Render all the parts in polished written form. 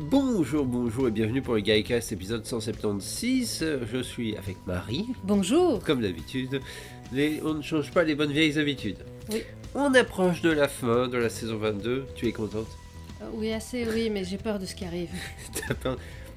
Bonjour et bienvenue pour le Gaïcast épisode 176. Je suis avec Marie. Bonjour. Comme d'habitude, on ne change pas les bonnes vieilles habitudes. Oui. On approche de la fin de la saison 22. Tu es contente? Oui, assez, oui, mais j'ai peur de ce qui arrive. T'as peur?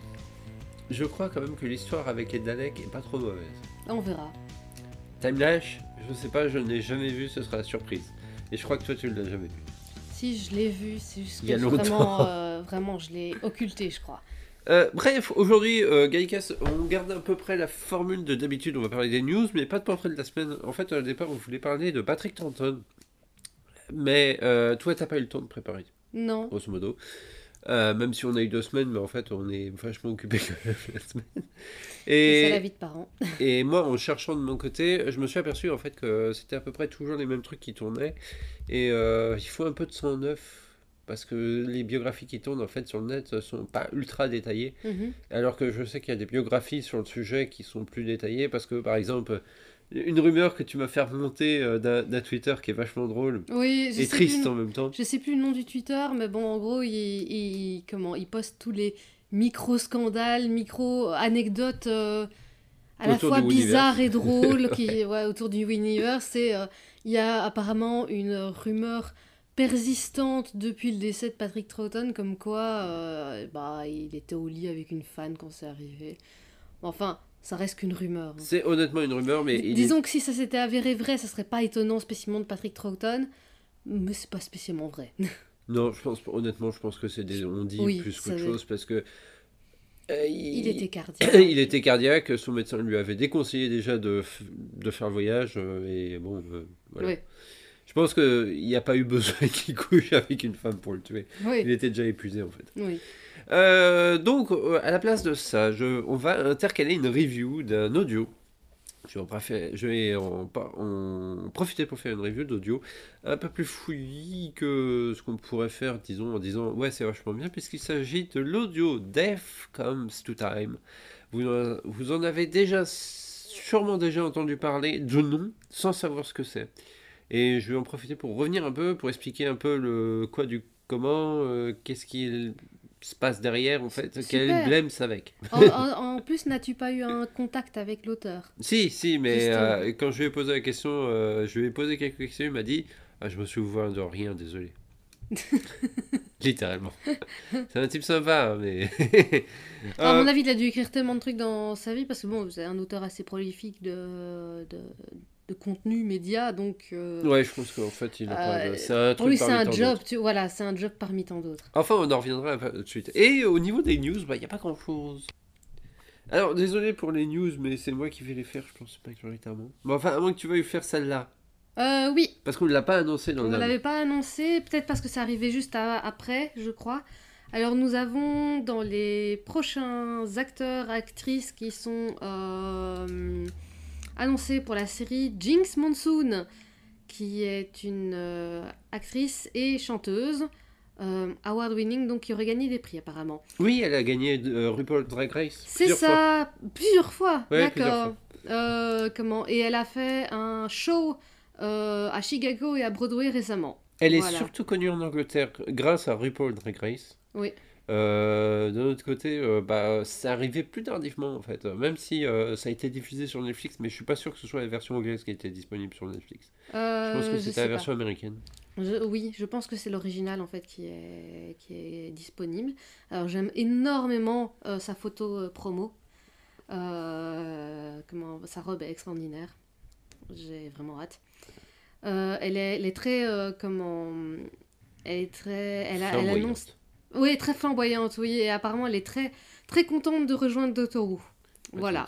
Je crois quand même que l'histoire avec les Daleks est pas trop mauvaise. On verra. Time Lash, je sais pas, je ne l'ai jamais vu, ce sera la surprise. Et je crois que toi tu l'as jamais vu. Si, je l'ai vu, c'est juste Il y a que longtemps. vraiment, je l'ai occulté, je crois. Bref, aujourd'hui, Gaïcast, on garde à peu près la formule de d'habitude. On va parler des news, mais pas de portrait de la semaine. En fait, au départ, on voulait parler de Patrick Troughton. Mais toi, t'as pas eu le temps de préparer, Non. grosso modo. Même si on a eu 2 semaines, mais en fait, on est vachement occupé quand même la semaine. C'est ça la vie de parents. Et moi, en cherchant de mon côté, je me suis aperçu en fait que c'était à peu près toujours les mêmes trucs qui tournaient. Et il faut un peu de sang neuf. Parce que les biographies qui tournent en fait sur le net sont pas ultra détaillées. Mhm. Alors que je sais qu'il y a des biographies sur le sujet qui sont plus détaillées. Parce que par exemple, une rumeur que tu m'as fait remonter d'un Twitter qui est vachement drôle Oui, et triste en même temps. Je sais plus le nom du Twitter, mais bon, en gros, il poste tous les micro-scandales, micro-anecdotes à la Autour fois du bizarres Winiverse. et drôles autour du Winiverse. Il y a apparemment une rumeur persistante depuis le décès de Patrick Troughton, comme quoi il était au lit avec une fan quand c'est arrivé. Enfin, ça reste qu'une rumeur. C'est honnêtement une rumeur, mais Disons que si ça s'était avéré vrai, ça serait pas étonnant spécialement de Patrick Troughton, mais c'est pas spécialement vrai. Non, honnêtement, je pense que c'est des on-dit Oui, plus ça qu'autre veut- chose parce que Il était cardiaque. il était cardiaque, son médecin lui avait déconseillé déjà de faire le voyage et bon, voilà. Oui, Je pense qu'il n'y a pas eu besoin qu'il couche avec une femme pour le tuer. Il oui, était déjà épuisé en fait. oui. Donc, à la place de ça, on va intercaler une review d'un audio. Je vais en profiter pour faire une review d'audio un peu plus fouillis que ce qu'on pourrait faire, disons, en disant ouais, c'est vachement bien, puisqu'il s'agit de l'audio Death Comes to Time. Vous en avez sûrement déjà entendu parler de nom, sans savoir ce que c'est. Et je vais en profiter pour revenir un peu, pour expliquer un peu le quoi du comment, qu'est-ce qui se passe derrière en fait, quel est le Super. blême c'est avec. En plus, n'as-tu pas eu un contact avec l'auteur? Si, mais Justement. quand je lui ai posé la question, je lui ai posé quelques questions, il m'a dit je me souviens de rien, désolé. Littéralement. C'est un type sympa, hein, mais. À mon avis, il a dû écrire tellement de trucs dans sa vie, parce que bon, c'est un auteur assez prolifique de contenu média, donc... Ouais, je pense qu'en fait, il a pas. C'est un pour truc lui, c'est parmi un tant job, d'autres. voilà, c'est un job parmi tant d'autres. Enfin, on en reviendra tout de suite. Et au niveau des news, il n'y a pas grand-chose. Alors, désolé pour les news, mais c'est moi qui vais les faire, je pense, majoritairement. Bon, enfin, à moins que tu veuilles faire celle-là. Oui, Parce qu'on ne l'a pas annoncé dans on le ne dernier. l'avait pas annoncé, peut-être parce que ça arrivait juste après, je crois. Alors nous avons dans les prochains acteurs, actrices qui sont annoncés pour la série Jinx Monsoon, qui est une actrice et chanteuse, award-winning, donc qui aurait gagné des prix apparemment. Oui, elle a gagné RuPaul Drag Race. C'est plusieurs fois. ça, plusieurs fois, Ouais, plusieurs d'accord. Et elle a fait un show à Chicago et à Broadway récemment. Elle est Voilà. surtout connue en Angleterre grâce à RuPaul Drag Race. Oui. D'un autre côté, c'est arrivé plus tardivement en fait. Même si ça a été diffusé sur Netflix, mais je suis pas sûr que ce soit la version anglaise qui était disponible sur Netflix. Je pense que c'était sais la pas. version américaine. Oui, je pense que c'est l'original en fait qui est disponible. Alors j'aime énormément sa photo promo. Sa robe est extraordinaire. J'ai vraiment hâte. Elle est très elle annonce. Oui, très flamboyante, oui. Et apparemment, elle est très, très contente de rejoindre Doctor Who. Voilà.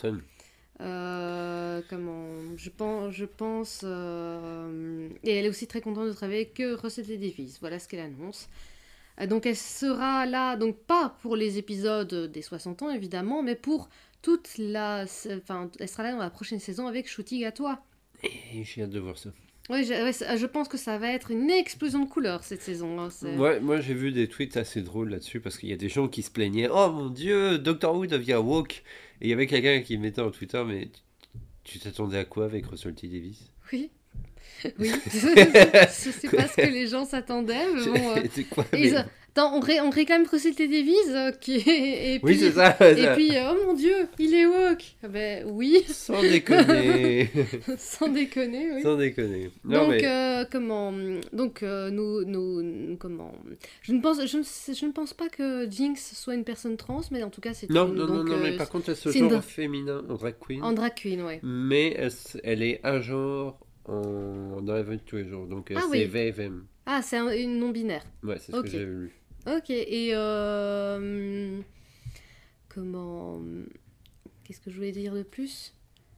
Je pense. Et elle est aussi très contente de travailler avec Russell T. Davies. Voilà ce qu'elle annonce. Donc, elle sera là, donc pas pour les épisodes des 60 ans, évidemment, mais pour toute la. Enfin, elle sera là dans la prochaine saison avec Shooting à toi. Et j'ai hâte de voir ça. Oui, je pense que ça va être une explosion de couleurs cette saison. Hein, ouais, moi j'ai vu des tweets assez drôles là-dessus parce qu'il y a des gens qui se plaignaient. Oh mon dieu, Doctor Who devient woke. Et il y avait quelqu'un qui mettait en Twitter, mais tu t'attendais à quoi avec Russell T. Davies? Oui. Oui, je sais pas ce que les gens s'attendaient, mais bon. Attends, on réclame Russell T. Davies et Oui, puis, c'est ça. et puis oh mon Dieu, il est woke. Ah ben oui, Sans déconner. sans déconner, oui. Sans déconner. Non, Donc, mais... comment... Je ne pense pas que Jinx soit une personne trans, mais en tout cas, c'est Non, une... non, non, donc, non, mais par contre, elle se c'est une genre féminin en drag queen. en drag queen, ouais. Mais elle est un genre dans la vie de tous les jours. Donc, Ah c'est oui. VFM. Ah, c'est une non-binaire. Ouais, c'est ce Ok. que j'ai lu. Ok, et comment... Qu'est-ce que je voulais dire de plus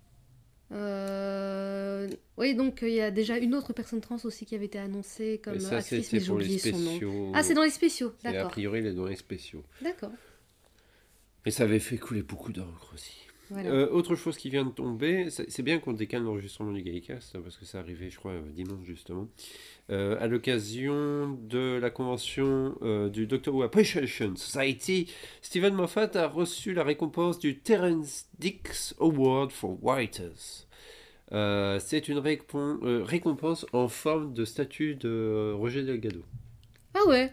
Oui, donc il y a déjà une autre personne trans aussi qui avait été annoncée comme Et ça, actrice, c'était mais j'ai pour les oublié son nom. spéciaux. Ah, c'est dans les spéciaux, Et a d'accord. priori, il est dans les spéciaux. D'accord, Et ça avait fait couler beaucoup d'encre aussi. voilà. Autre chose qui vient de tomber, c'est bien qu'on décale l'enregistrement du Gaïcast, parce que ça arrivait, je crois, dimanche justement, à l'occasion de la convention du Doctor Who Appreciation Society. Stephen Moffat a reçu la récompense du Terence Dicks Award for Writers. C'est une récompense en forme de statue de Roger Delgado. Ah ouais.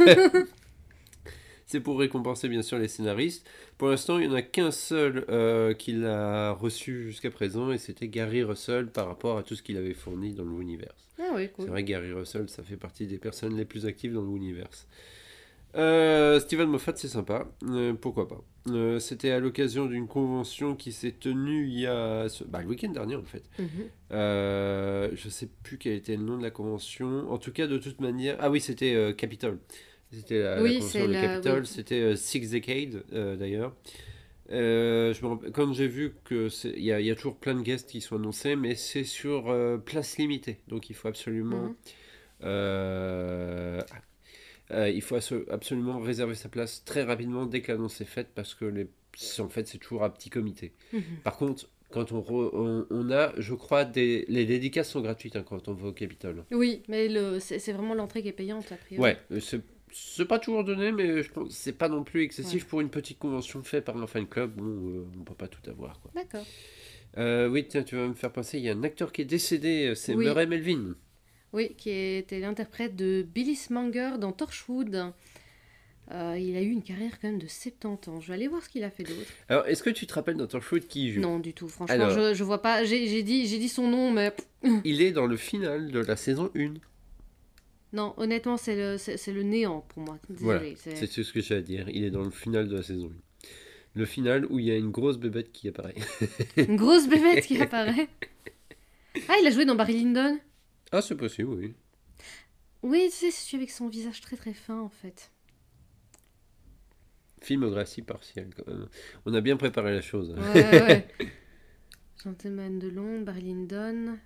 C'est pour récompenser bien sûr les scénaristes. Pour l'instant, il n'y en a qu'un seul qui l'a reçu jusqu'à présent, et c'était Gary Russell par rapport à tout ce qu'il avait fourni dans l'univers. Ah ouais, C'est cool. vrai que Gary Russell, ça fait partie des personnes les plus actives dans l'univers. Steven Moffat, c'est sympa. Pourquoi pas. C'était à l'occasion d'une convention qui s'est tenue il y a... le week-end dernier en fait. Mhm. Je sais plus quel était le nom de la convention. En tout cas, de toute manière... Ah oui, c'était Capitol. C'était la Oui, convention c'est de la... Capitol. oui. C'était Six Decade d'ailleurs. Comme j'ai vu que il y a toujours plein de guests qui sont annoncés, mais c'est sur place limitée. Donc il faut absolument... Mhm. absolument réserver sa place très rapidement dès que l'annonce est faite parce que en fait c'est toujours un petit comité. Mhm. Par contre, quand on a, je crois, les dédicaces sont gratuites quand on va au Capitole. Oui, mais c'est vraiment l'entrée qui est payante, a priori. Ouais, c'est pas toujours donné, mais je pense que c'est pas non plus excessif pour une petite convention faite par un fan club. Bon, on peut pas tout avoir, quoi. D'accord. Oui, tiens, tu vas me faire penser, il y a un acteur qui est décédé, c'est Oui. Murray Melvin. Oui, qui était l'interprète de Billy Smanger dans Torchwood. Il a eu une carrière quand même de 70 ans. Je vais aller voir ce qu'il a fait d'autre. Alors, est-ce que tu te rappelles dans Torchwood qui y joue? Non, du tout. Franchement, Alors, je vois pas. J'ai dit son nom, mais il est dans le final de la saison 1. non, honnêtement, c'est le néant pour moi. Voilà, Désolée. c'est ce que j'ai à dire. Il est dans le final de la saison 1. Le final où il y a une grosse bébête qui apparaît. Une grosse bébête qui apparaît. Ah, il a joué dans Barry Lyndon. Ah, c'est possible, oui. Oui, tu sais, c'est celui avec son visage très très fin en fait. Filmographie partielle, quand même. On a bien préparé la chose. Hein. Ouais. Gentleman de Londres, Barry Lyndon.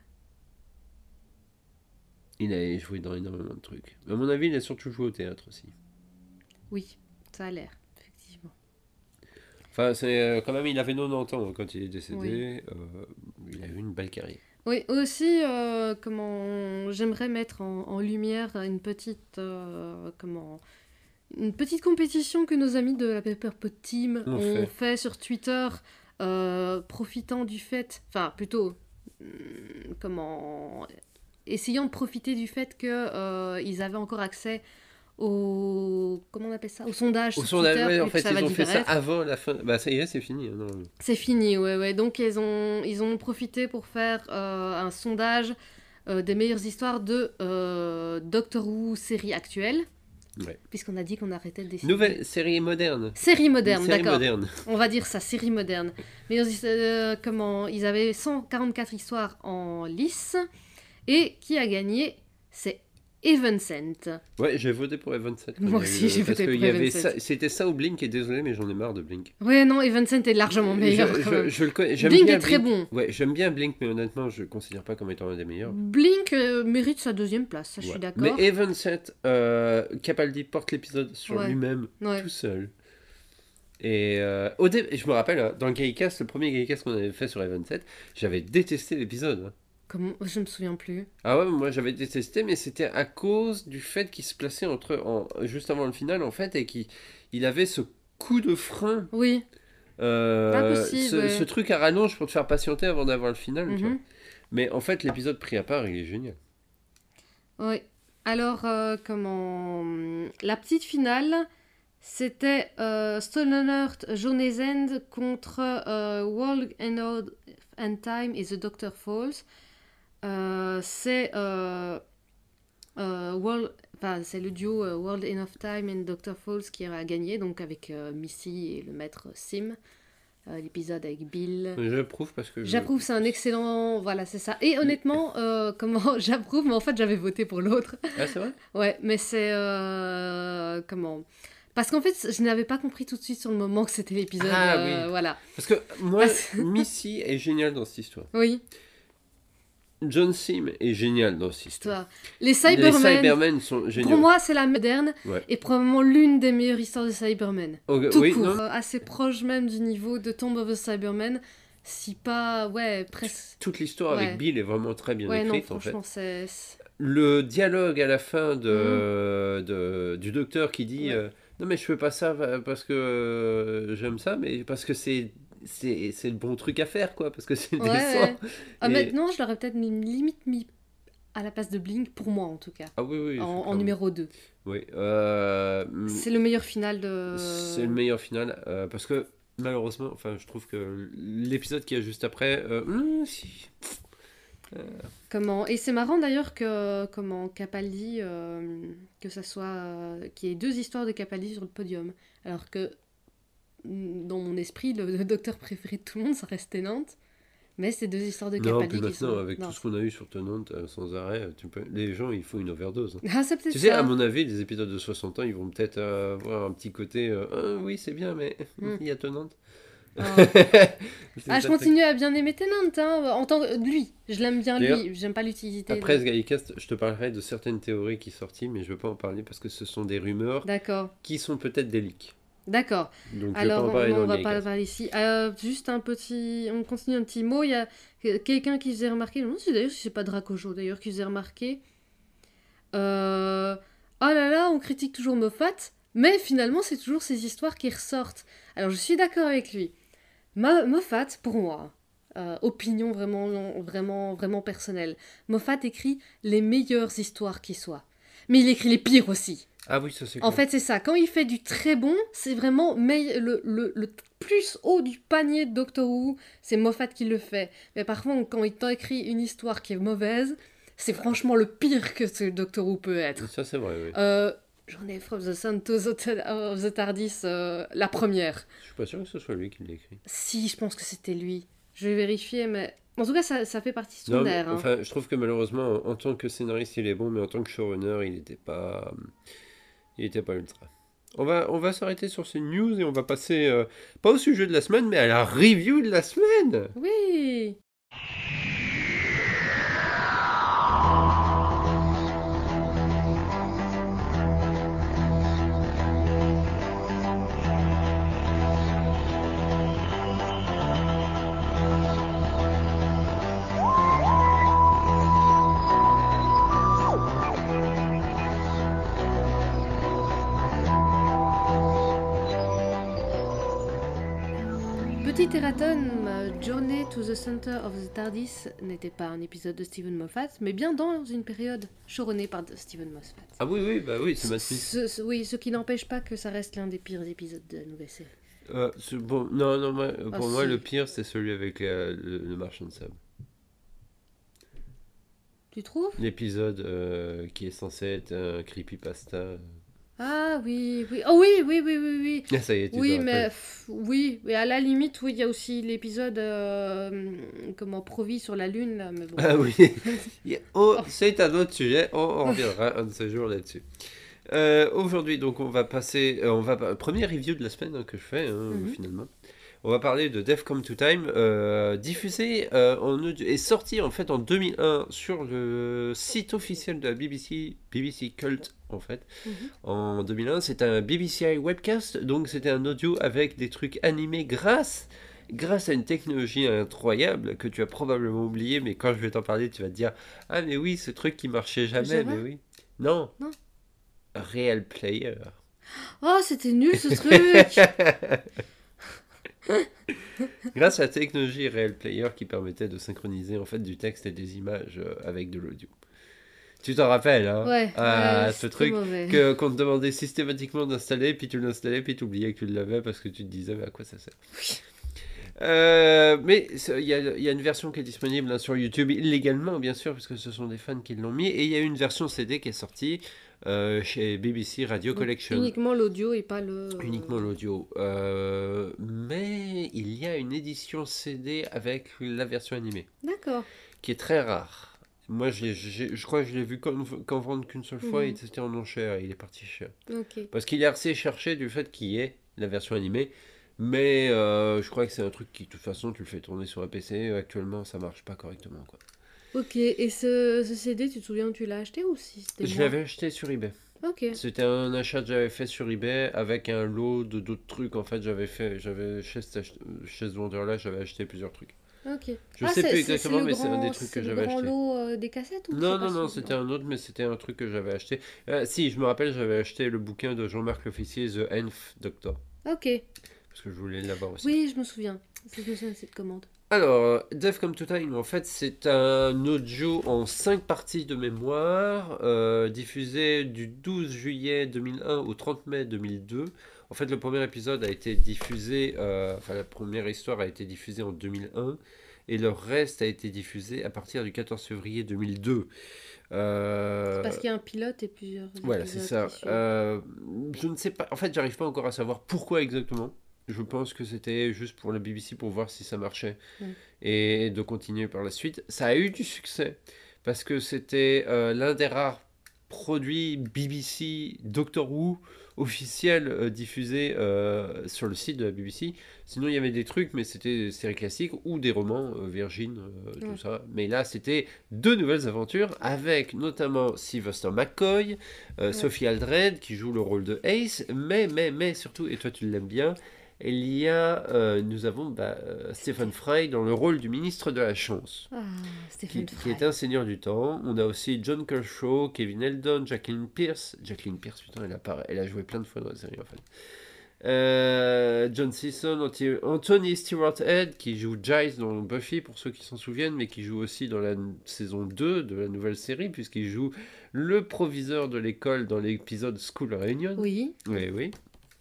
Il a joué dans énormément de trucs. À mon avis, il a surtout joué au théâtre aussi. Oui, ça a l'air, effectivement. Enfin, c'est quand même, il avait 90 ans quand il est décédé. Oui. Il a eu une belle carrière. Oui, aussi, j'aimerais mettre en lumière une petite compétition que nos amis de la Pepperpot Team ont fait sur Twitter, profitant du fait, enfin plutôt, essayant de profiter du fait que ils avaient encore accès comment on appelle ça, au sondage Au sur sondage, Twitter, ouais, en vu que fait, ça ils va ont fait ça disparaître. avant la fin. Bah, ça y est, c'est fini. Non. C'est fini, ouais. Donc ils ont profité pour faire un sondage des meilleures histoires de Doctor Who série actuelle. Ouais. Puisqu'on a dit qu'on arrêtait de décider. Nouvelle série moderne. Série moderne, Série d'accord. moderne. On va dire ça, série moderne. Mais ils avaient 144 histoires en lice. Et qui a gagné? C'est Evanescent. Ouais, j'ai voté pour Evanescent. Moi aussi, j'ai voté pour Evanescent. C'était ça ou Blink, et désolé, mais j'en ai marre de Blink. Ouais, non, Evanescent est largement meilleur. Je le connais. Blink est très bon. Ouais, j'aime bien Blink, mais honnêtement, je le considère pas comme étant un des meilleurs. Blink mérite sa deuxième place, ça, je suis d'accord. Mais Evanescent, Capaldi porte l'épisode sur lui-même, tout seul. Et je me rappelle, dans le Gaïcast, le premier Gaïcast qu'on avait fait sur Evanescent, j'avais détesté l'épisode. Comment? Je me souviens plus. Ah ouais, moi j'avais détesté, mais c'était à cause du fait qu'il se plaçait juste avant le final, en fait, et qu'il avait ce coup de frein. Oui. Impossible. Ce truc à rallonge pour te faire patienter avant d'avoir le final. Tu vois. Mais en fait, l'épisode pris à part, il est génial. Oui. Alors, la petite finale, c'était Stolen Earth Journey's End contre World End Time et The Doctor Falls. C'est c'est le duo World End of Time et Doctor Falls qui a gagné, donc avec Missy et le maître Sim. L'épisode avec Bill. J'approuve parce que J'approuve, c'est un excellent. Voilà, c'est ça. Et honnêtement, j'approuve, mais en fait, j'avais voté pour l'autre. Ah, c'est vrai? Ouais, mais c'est. Parce qu'en fait, je n'avais pas compris tout de suite sur le moment que c'était l'épisode. Ah oui. Voilà. Parce que moi, Missy est géniale dans cette histoire. Oui, John Sim est génial dans cette histoire. Les Cybermen sont géniaux. pour moi, c'est la moderne Ouais. et probablement l'une des meilleures histoires de Cybermen. Ok, Tout oui, court. non. Assez proche même du niveau de Tomb of the Cybermen. Si pas. Ouais, presque. Toute l'histoire Ouais. avec Bill est vraiment très bien Ouais, non, écrite en fait. franchement, c'est. Le dialogue à la fin du docteur qui dit Ouais. non mais je fais pas ça parce que j'aime ça, mais parce que c'est le bon truc à faire quoi, parce que c'est le Ouais, dessin. ouais. Ah, Et- maintenant, je l'aurais peut-être limite mis à la place de Blink, pour moi en tout cas. Ah oui, oui. En clairement. numéro 2. Oui. C'est le meilleur final de. C'est le meilleur final parce que malheureusement, enfin, je trouve que l'épisode qui est juste après, si. Et c'est marrant d'ailleurs que Capaldi, que ça soit. Qu'il y ait deux histoires de Capaldi sur le podium. Alors que dans mon esprit, le docteur préféré de tout le monde, ça reste Tennant. Mais c'est deux histoires de Non, Capaldi puis qui maintenant, sont. avec Non. tout ce qu'on a eu sur Tenant sans arrêt, les gens, il faut une overdose. Ah, c'est peut-être Tu sais, ça. à mon avis, les épisodes de 60 ans, ils vont peut-être avoir un petit côté ah, oui, c'est bien, mais Hmm. il y a Tenant. Ah. C'est Ah, je ça, continue à bien aimer Tennant, hein, en tant que lui. Je l'aime bien D'ailleurs, lui. J'aime pas l'utilité. Après ce Gallicast, je te parlerai de certaines théories qui sont sorties, mais je ne veux pas en parler parce que ce sont des rumeurs D'accord. qui sont peut-être des leaks. D'accord. Donc Alors, je vais pas en parler non, dans on va le pas Gallicast. parler ici. Juste un petit... On continue un petit mot. Il y a quelqu'un qui faisait remarquer... Je me demande si d'ailleurs si c'est pas Dracojo, d'ailleurs, qui faisait remarquer... Oh là là, on critique toujours Moffat, mais finalement, c'est toujours ces histoires qui ressortent. Alors, je suis d'accord avec lui. Moffat, pour moi, opinion vraiment personnelle, Moffat écrit les meilleures histoires qui soient. Mais il écrit les pires aussi. Ah oui, ça c'est En clair. fait, c'est ça. Quand il fait du très bon, c'est vraiment le plus haut du panier de Doctor Who. C'est Moffat qui le fait. Mais par contre, quand il t'écrit une histoire qui est mauvaise, c'est franchement le pire que ce Doctor Who peut être. Ça c'est vrai, oui. J'en ai From the Santos of the TARDIS, la première. Je suis pas sûr que ce soit lui qui l'écrit. Si, je pense que c'était lui. Je vais vérifier, mais... En tout cas, ça fait partie de son Non, mais, air. Hein. enfin, je trouve que malheureusement, en tant que scénariste, il est bon, mais en tant que showrunner, il était pas ultra. On va s'arrêter sur ces news et on va passer, pas au sujet de la semaine, mais à la review de la semaine. Oui. Petit erratum, Journey to the Center of the TARDIS n'était pas un épisode de Stephen Moffat, mais bien dans une période showrunnée par Stephen Moffat. Ah oui, bah oui, c'est Matt Smith. Oui, ce qui n'empêche pas que ça reste l'un des pires épisodes de la nouvelle série. Bon, non, pour moi, si. le pire, c'est celui avec le marchand de sable. Tu trouves? L'épisode qui est censé être un creepypasta. Ah oui. Oh oui. Ah, ça y est, tu Oui, te mais rappelles. oui, mais à la limite, oui, il y a aussi l'épisode Provis sur la Lune, là, mais bon. Ah oui. C'est un autre sujet, on reviendra un de ces jours là-dessus. Aujourd'hui, donc, on va passer. Première review de la semaine hein, que je fais, finalement. On va parler de Death Come to Time, diffusé en audio, et sorti en fait en 2001 sur le site officiel de la BBC Cult en fait. En 2001, c'était un BBC webcast, donc c'était un audio avec des trucs animés grâce à une technologie incroyable que tu as probablement oublié, mais quand je vais t'en parler, tu vas te dire ah mais oui, ce truc qui marchait jamais, Java? mais oui. Non. Non. Real Player. Oh, c'était nul ce truc! Grâce à la technologie Real Player qui permettait de synchroniser en fait du texte et des images avec de l'audio. Tu t'en rappelles, hein? Ouais, Ah, ce c'était truc mauvais. qu'on te demandait systématiquement d'installer, puis tu l'installais, puis tu oubliais que tu l'avais parce que tu te disais, mais à quoi ça sert? Mais il y a une version qui est disponible, hein, sur YouTube illégalement, bien sûr, parce que ce sont des fans qui l'ont mis. Et il y a une version CD qui est sortie chez BBC Radio Donc Collection. uniquement l'audio et pas le... Uniquement l'audio. Mais il y a une édition CD avec la version animée, D'accord. qui est très rare. Moi, je crois que je l'ai vu qu'en vendre qu'une seule fois, et Mhm. c'était en enchère, et il est parti cher. Ok. Parce qu'il est assez cherché du fait qu'il y ait la version animée. Mais je crois que c'est un truc qui, de toute façon, tu le fais tourner sur un PC. Actuellement, ça marche pas correctement, quoi. Ok, et ce CD, tu te souviens où tu l'as acheté ou si c'était Je moi? l'avais acheté sur eBay. Ok, C'était un achat que j'avais fait sur eBay avec un lot de d'autres trucs. En fait, chez ce vendeur-là, j'avais acheté plusieurs trucs. ok. Je Ah, sais plus c'est exactement, mais c'est un des trucs c'est que le j'avais grand acheté. lot des cassettes ou c'est Non, pas non, non, celui-là? c'était un autre, mais c'était un truc que j'avais acheté. Si, je me rappelle, j'avais acheté le bouquin de Jean-Marc L'Officier, The Nth Doctor. Ok, Parce que je voulais l'avoir aussi. oui, je me souviens. Je me souviens de cette commande. Alors, Death Come to Time, en fait, c'est un audio en 5 parties de mémoire, diffusé du 12 juillet 2001 au 30 mai 2002. En fait, le premier épisode a été diffusé, enfin, la première histoire a été diffusée en 2001, et le reste a été diffusé à partir du 14 février 2002. C'est Euh, parce qu'il y a un pilote et plusieurs voilà, c'est épisodes ça. qui suivent. Je ne sais pas, en fait, j'arrive pas encore à savoir pourquoi exactement. Je pense que c'était juste pour la BBC pour voir si ça marchait Mm. et de continuer par la suite. Ça a eu du succès parce que c'était l'un des rares produits BBC Doctor Who officiels diffusés sur le site de la BBC. Sinon, il y avait des trucs, mais c'était des séries classiques ou des romans, Virgin, tout Ouais. ça. Mais là, c'était deux nouvelles aventures avec notamment Sylvester McCoy, Ouais. Sophie Aldred qui joue le rôle de Ace, mais surtout, et toi tu l'aimes bien, nous avons Stephen Fry dans le rôle du ministre de la Chance, Ah, Stephen qui est Fry. un seigneur du temps. On a aussi John Kershaw, Kevin Eldon, Jacqueline Pierce. Jacqueline Pierce, putain, elle a joué plein de fois dans la série en fait. John Sisson, Anthony Stewart Head qui joue Giles dans Buffy pour ceux qui s'en souviennent, mais qui joue aussi dans la saison 2 de la nouvelle série, puisqu'il joue le proviseur de l'école dans l'épisode School Reunion. Oui. Oui, oui.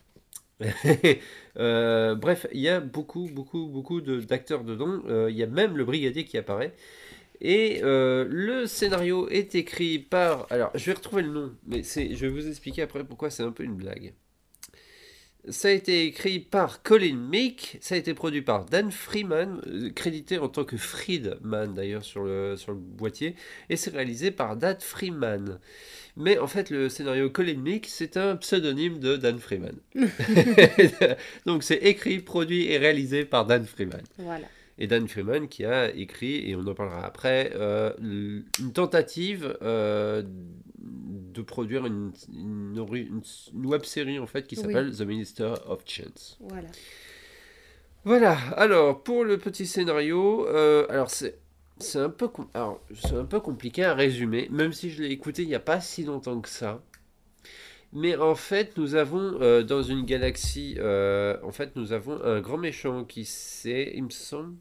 Bref, il y a beaucoup d'acteurs dedans. Il y a même le brigadier qui apparaît. Et le scénario est écrit par... Alors, je vais retrouver le nom, mais je vais vous expliquer après pourquoi c'est un peu une blague. Ça a été écrit par Colin Meek, ça a été produit par Dan Freeman, crédité en tant que Friedman d'ailleurs sur le boîtier, et c'est réalisé par Dan Freeman. Mais en fait, le scénario Colin Meek, c'est un pseudonyme de Dan Freeman. Donc c'est écrit, produit et réalisé par Dan Freeman. Voilà. Et Dan Freeman qui a écrit, et on en parlera après, une tentative de produire une web série en fait qui Oui. s'appelle The Minister of Chance. Voilà. Voilà, alors pour le petit scénario, alors c'est un peu compliqué à résumer, même si je l'ai écouté il n'y a pas si longtemps que ça. Mais en fait, nous avons dans une galaxie, en fait, nous avons un grand méchant qui c'est, il me semble,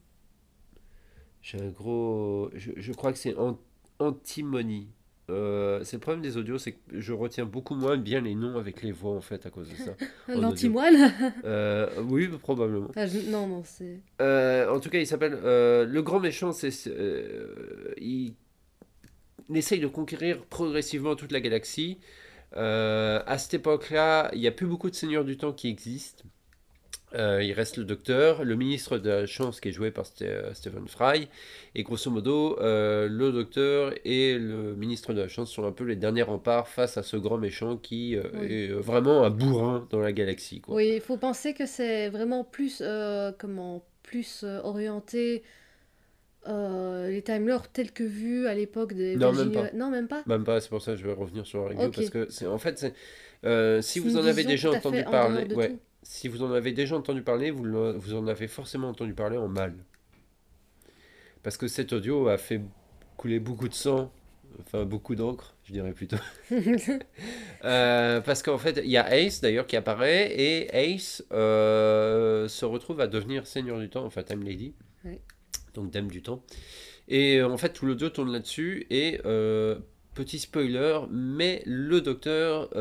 je crois que c'est Antimony. C'est le problème des audios, c'est que je retiens beaucoup moins bien les noms avec les voix en fait à cause de ça en audio. L'antimoine. Oui, probablement. Ah, non, non, c'est... En tout cas, il s'appelle le grand méchant. Il essaye de conquérir progressivement toute la galaxie. À cette époque-là, il n'y a plus beaucoup de seigneurs du temps qui existent. Il reste le docteur, le ministre de la Chance qui est joué par Stephen Fry, et grosso modo, le docteur et le ministre de la Chance sont un peu les derniers remparts face à ce grand méchant qui Oui. est vraiment un bourrin dans la galaxie, quoi. Oui, il faut penser que c'est vraiment plus, plus orienté les Time Lords tels que vus à l'époque des Non, même Virginia. pas. Non, même pas. Même pas, c'est pour ça que je vais revenir sur la review, Ok. parce que si C'est vous une en avez vision déjà tout à fait entendu en dehors parler, de ouais, tout. si vous en avez déjà entendu parler, vous en avez forcément entendu parler en mal. Parce que cet audio a fait couler beaucoup de sang, enfin beaucoup d'encre, je dirais plutôt. Parce qu'en fait, il y a Ace d'ailleurs qui apparaît, et Ace se retrouve à devenir Seigneur du Temps, enfin Time Lady, Ouais. donc Dame du Temps. Et en fait, tout l'audio tourne là-dessus, et petit spoiler, mais le docteur,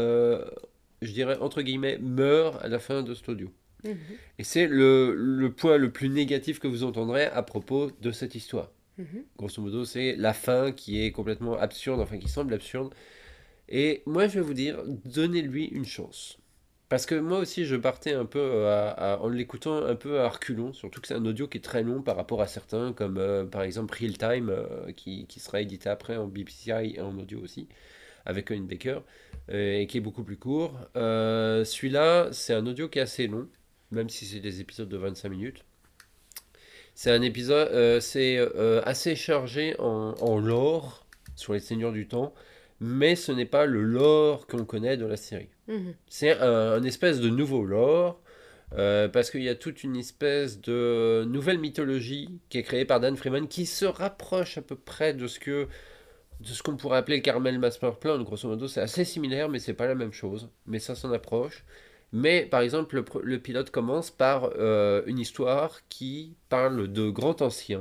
je dirais entre guillemets, meurt à la fin de cet audio. Mhm. Et c'est le point le plus négatif que vous entendrez à propos de cette histoire. Mhm. Grosso modo, c'est la fin qui est complètement absurde, enfin qui semble absurde. Et moi, je vais vous dire, donnez-lui une chance. Parce que moi aussi, je partais un peu en l'écoutant un peu à reculons, surtout que c'est un audio qui est très long par rapport à certains, comme par exemple Real Time, qui sera édité après en BPCI et en audio aussi, avec Colin Baker, et qui est beaucoup plus court. Celui-là, c'est un audio qui est assez long, même si c'est des épisodes de 25 minutes. C'est un épisode, c'est assez chargé en lore sur les Seigneurs du Temps, mais ce n'est pas le lore qu'on connaît de la série. Mhm. C'est un espèce de nouveau lore, parce qu'il y a toute une espèce de nouvelle mythologie qui est créée par Dan Freeman, qui se rapproche à peu près de ce qu'on pourrait appeler le Caramel Master Plan. Grosso modo, c'est assez similaire, mais c'est pas la même chose. Mais ça s'en approche. Mais par exemple, le pilote commence par une histoire qui parle de grands anciens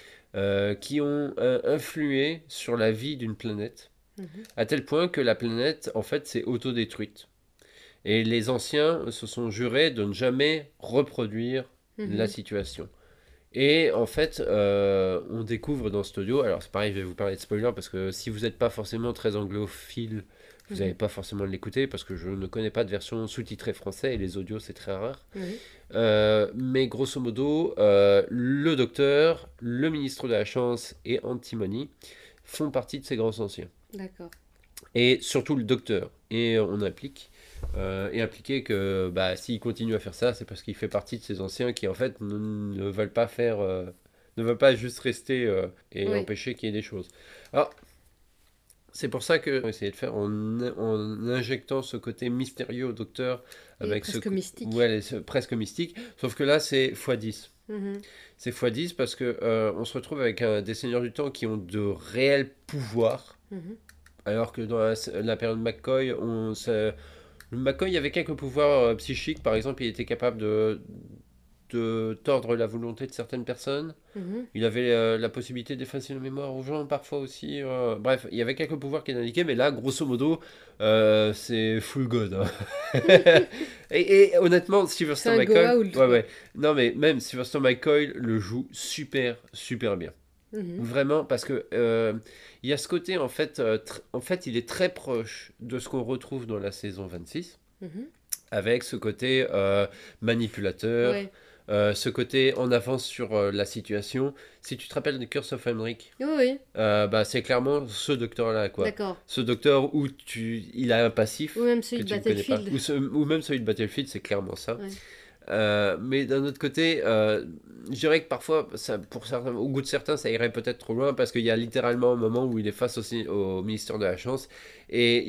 qui ont influé sur la vie d'une planète, Mhm. à tel point que la planète, en fait, s'est autodétruite. Et les anciens se sont jurés de ne jamais reproduire Mhm. la situation. Et en fait, on découvre dans cet audio, alors c'est pareil, je vais vous parler de spoiler parce que si vous n'êtes pas forcément très anglophile, vous n'allez pas forcément l'écouter parce que je ne connais pas de version sous-titrée français et les audios c'est très rare. Oui. Mais grosso modo, le docteur, le ministre de la Chance et Antimony font partie de ces grands anciens. D'accord. Et surtout le docteur. Et on applique. Et impliqué que bah, s'il continue à faire ça, c'est parce qu'il fait partie de ces anciens qui en fait ne veulent pas faire, ne veulent pas juste rester et Oui. empêcher qu'il y ait des choses. Alors, c'est pour ça que on va essayer de faire en injectant ce côté mystérieux au docteur Et avec presque ce mystique. ouais, presque mystique. Sauf que là, c'est x10. Mhm. C'est x10 parce que on se retrouve avec des seigneurs du temps qui ont de réels pouvoirs, Mhm. alors que dans la période McCoy, le McCoy avait quelques pouvoirs psychiques. Par exemple, il était capable de tordre la volonté de certaines personnes. Mhm. Il avait la possibilité d'effacer la mémoire aux gens, parfois aussi. Bref, il y avait quelques pouvoirs qui étaient indiqués, mais là, grosso modo, c'est full god. Hein. et honnêtement, Sylvester C'est un McCoy... Goa'uld, quoi. Ouais. Non, mais même Sylvester McCoy le joue super, super bien. Mhm. Vraiment, parce que il y a ce côté, en fait, en fait, il est très proche de ce qu'on retrouve dans la saison 26, Mhm. avec ce côté manipulateur, Ouais. ce côté en avance sur la situation. Si tu te rappelles de Curse of Emmerich, Oui, oui. bah, c'est clairement ce docteur-là, quoi. D'accord. Ce docteur où il a un passif Ou même que celui de tu ne connais pas. Battlefield. Ou même celui de Battlefield, c'est clairement ça. Ouais. Mais d'un autre côté, je dirais que parfois, ça, pour certains, au goût de certains, ça irait peut-être trop loin parce qu'il y a littéralement un moment où il est face au ministère de la Chance et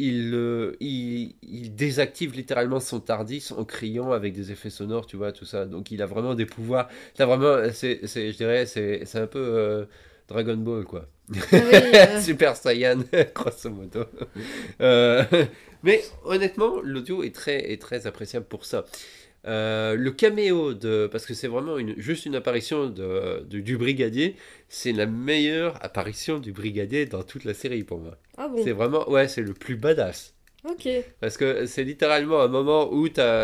il désactive littéralement son Tardis en criant avec des effets sonores, tu vois, tout ça. Donc il a vraiment des pouvoirs. T'as vraiment, je dirais, c'est un peu Dragon Ball, quoi. Ah oui, Super Saiyan, grosso modo. Euh, mais honnêtement, l'audio est très appréciable pour ça. Le caméo parce que c'est vraiment juste une apparition du brigadier, c'est la meilleure apparition du brigadier dans toute la série pour moi. Ah bon. C'est vraiment, ouais, c'est le plus badass. Ok. Parce que c'est littéralement un moment où t'as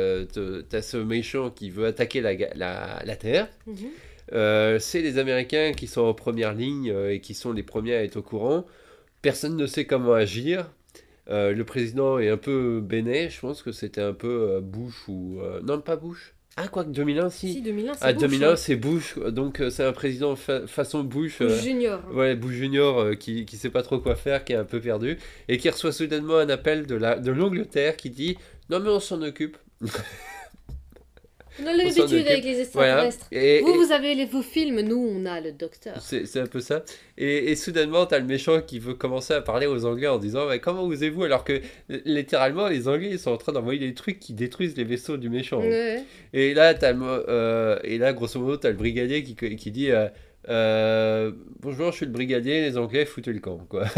ce méchant qui veut attaquer la Terre. Mhm. C'est les Américains qui sont en première ligne et qui sont les premiers à être au courant. Personne ne sait comment agir. Le président est un peu béné, je pense que c'était un peu Bush ou... non, pas Bush. Ah, quoi que 2001, si. Si, 2001, c'est Ah, Bush, 2001, hein. c'est Bush, donc c'est un président façon Bush. Bush Junior. Ouais, Bush Junior qui sait pas trop quoi faire, qui est un peu perdu, et qui reçoit soudainement un appel de l'Angleterre qui dit « Non mais on s'en occupe ». On a On s'en l'habitude occupe. avec les Voilà. extraterrestres. Et, Vous avez vos films, nous, on a le docteur. c'est un peu ça. Et soudainement, t'as le méchant qui veut commencer à parler aux Anglais en disant mais comment osez-vous alors que littéralement les Anglais ils sont en train d'envoyer des trucs qui détruisent les vaisseaux du méchant. Ouais. Et là, et là grosso modo, t'as le brigadier qui dit bonjour, je suis le brigadier, les Anglais foutez le camp quoi.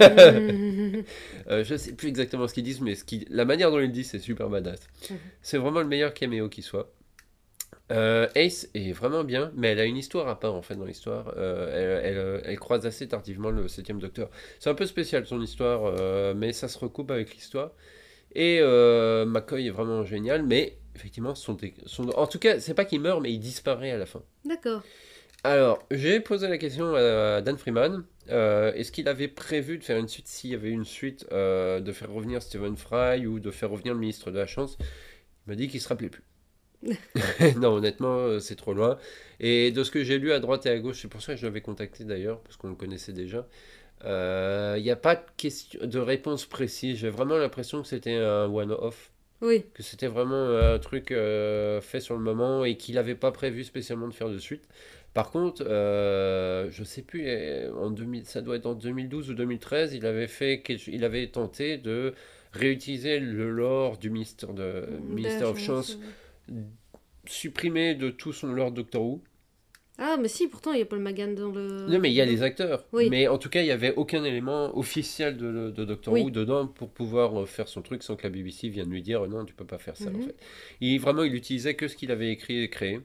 Je sais plus exactement ce qu'ils disent, mais la manière dont ils le disent c'est super badass. C'est vraiment le meilleur caméo qui soit. Ace est vraiment bien, mais elle a une histoire à part en fait dans l'histoire. Elle croise assez tardivement le septième docteur. C'est un peu spécial son histoire, mais ça se recoupe avec l'histoire. Et McCoy est vraiment génial, mais effectivement, en tout cas, c'est pas qu'il meurt, mais il disparaît à la fin. D'accord. Alors, j'ai posé la question à Dan Freeman. Est-ce qu'il avait prévu de faire une suite, s'il y avait une suite, de faire revenir Stephen Fry ou de faire revenir le ministre de la Chance? Il m'a dit qu'il se rappelait plus. Non, honnêtement, c'est trop loin. Et de ce que j'ai lu à droite et à gauche, c'est pour ça que je l'avais contacté d'ailleurs, parce qu'on le connaissait déjà. Il n'y a pas de réponse précise. J'ai vraiment l'impression que c'était un one-off, Oui. que c'était vraiment un truc fait sur le moment et qu'il n'avait pas prévu spécialement de faire de suite. Par contre, je sais plus, en 2000, ça doit être en 2012 ou 2013, il avait tenté de réutiliser le lore du De la Minister of chance. Chance, supprimé de tout son lore Doctor Who. Ah, mais si, pourtant, il y a Paul McGann Non, mais il y a dedans. les acteurs. Oui. Mais en tout cas, il n'y avait aucun élément officiel de Doctor Who Oui. dedans pour pouvoir faire son truc sans que la BBC vienne lui dire non, tu peux pas faire ça en Mhm. fait. Il utilisait que ce qu'il avait écrit et créé.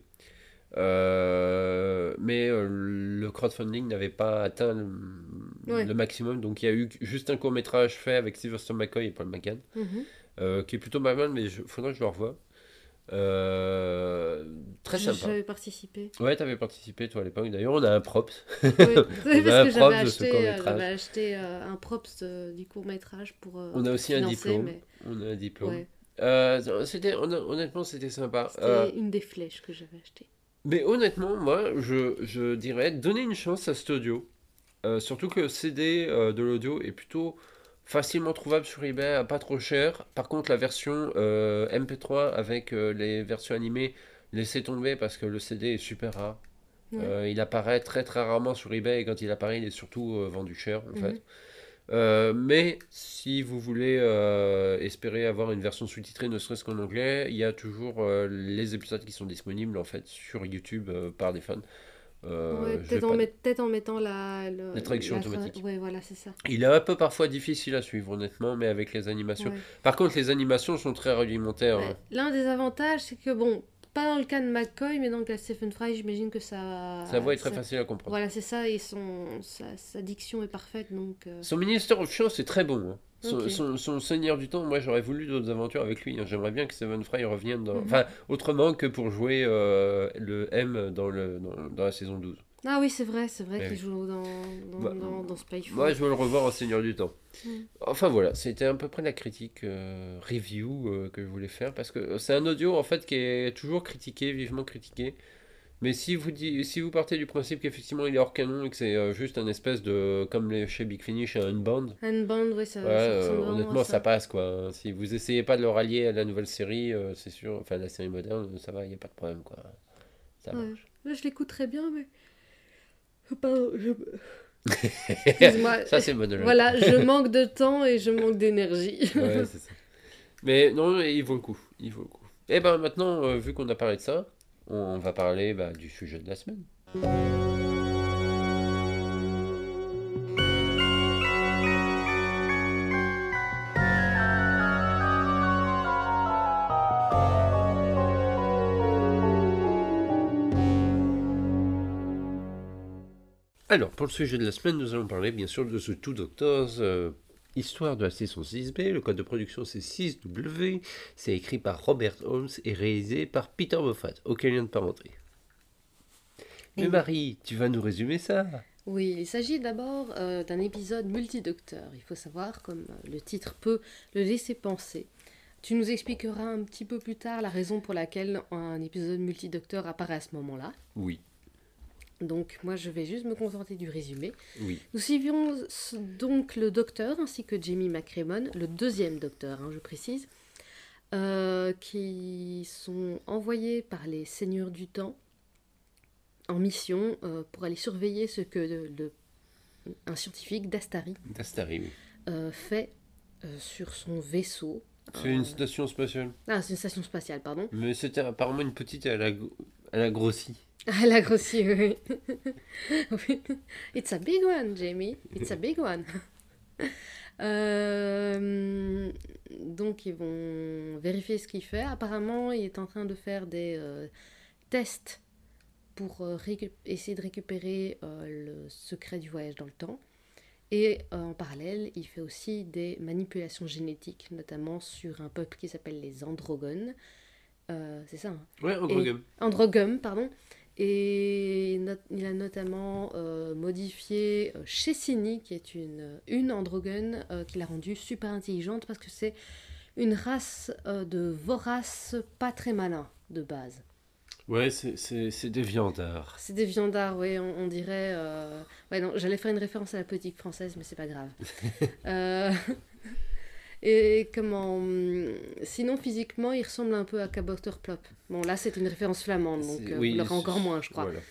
Mais le crowdfunding n'avait pas atteint Ouais. le maximum, donc il y a eu juste un court métrage fait avec Sylvester McCoy et Paul McGann, Mhm. qui est plutôt pas mal, mais il faudrait que je le revoie. Euh, Très sympa. J'avais participé. Ouais, t'avais participé toi à l'époque. D'ailleurs, on a un props. Oui, oui, On parce a un que j'avais props de ce court acheté, euh, j'avais métrage. acheté un props du court-métrage On a pour aussi un financer, diplôme. mais On a un diplôme. ouais, Honnêtement, c'était sympa. c'était une des flèches que j'avais achetées. Mais honnêtement, moi, je dirais, donnez une chance à cet audio. Surtout que le CD de l'audio est plutôt facilement trouvable sur eBay, à pas trop cher. Par contre, la version MP3 avec les versions animées, laissez tomber parce que le CD est super rare. Ouais. Il apparaît très très rarement sur eBay et quand il apparaît, il est surtout vendu cher en Mhm. fait. Mais si vous voulez espérer avoir une version sous-titrée, ne serait-ce qu'en anglais, il y a toujours les épisodes qui sont disponibles en fait sur YouTube par des fans. Ouais, Je vais pas. peut-être en mettant La traduction automatique. Ouais, voilà, c'est ça. Il est un peu parfois difficile à suivre honnêtement, mais avec les animations. Ouais. Par contre, les animations sont très rudimentaires, hein. Ouais. L'un des avantages, c'est que bon, pas dans le cas de McCoy, mais dans le cas de Stephen Fry, j'imagine que Sa voix est très facile à comprendre. voilà, c'est ça, et sa diction est parfaite, donc... Son Minister of Chance est très bon, hein. Ok. Son Seigneur du Temps, moi j'aurais voulu d'autres aventures avec lui, hein. J'aimerais bien que Stephen Fry revienne dans. Mhm. Enfin, autrement que pour jouer le M dans la saison 12. Ah oui, c'est vrai Eh qu'il oui. joue Bah, dans moi Spyfall. je veux le revoir en Seigneur du Temps. Mm. Enfin voilà, c'était à peu près la critique review que je voulais faire parce que c'est un audio en fait qui est toujours critiqué, vivement critiqué. Mais si vous partez du principe qu'effectivement il est hors canon et que c'est juste un espèce de, comme chez Big Finish, un band, Handband, oui, ouais, ça ressemble vraiment à honnêtement ça ça. passe quoi. Si vous essayez pas de le rallier à la nouvelle série, c'est sûr, enfin la série moderne, ça va, il n'y a pas de problème quoi. Ça Ouais. marche. Là, je l'écoute très bien, mais... Pardon, excuse-moi. Ça c'est monologue. Voilà, je manque de temps et je manque d'énergie. Ouais, c'est ça. Mais non, il vaut le coup. Il vaut le coup. Et ben maintenant, vu qu'on a parlé de ça, on va parler bah, du sujet de la semaine. Alors, pour le sujet de la semaine, nous allons parler bien sûr de The Two Doctors, histoire de la saison 6B. Le code de production c'est 6W. C'est écrit par Robert Holmes et réalisé par Peter Moffat. Aucun lien de parenté. Mais Et- Marie, tu vas nous résumer ça? Oui, il s'agit d'abord d'un épisode multidocteur. Il faut savoir, comme le titre peut le laisser penser. Tu nous expliqueras un petit peu plus tard la raison pour laquelle un épisode multidocteur apparaît à ce moment-là. Oui, Donc moi je vais juste me contenter du résumé. oui. Nous suivions donc le docteur ainsi que Jamie McCrimmon, le deuxième docteur, hein, je précise, qui sont envoyés par les seigneurs du temps en mission pour aller surveiller ce que un scientifique d'Astari D'Astari, oui. fait sur son vaisseau. C'est une station spatiale. Ah, c'est une station spatiale, pardon. Mais c'était apparemment une petite et elle a grossi. Ah, elle a grossi, oui. Oui. It's a big one, Jamie. It's a big one. Donc, ils vont vérifier ce qu'il fait. Apparemment, il est en train de faire des test pour essayer de récupérer le secret du voyage dans le temps. Et en parallèle, il fait aussi des manipulations génétiques, notamment sur un peuple qui s'appelle les Androgones. C'est ça, hein. Ouais, Androgum. Androgum, pardon. Et il a notamment modifié Chessini, qui est une androgone, qu'il a rendue super intelligente parce que c'est une race de voraces pas très malins de base. Ouais, c'est des viandards. C'est des viandards, oui, on dirait. Ouais, non, j'allais faire une référence à la politique française, mais c'est pas grave. Euh, Et sinon, physiquement, il ressemble un peu à Kabouterplop. Bon, là, c'est une référence flamande, donc Oui, vous l'aurez encore moins, je crois. voilà.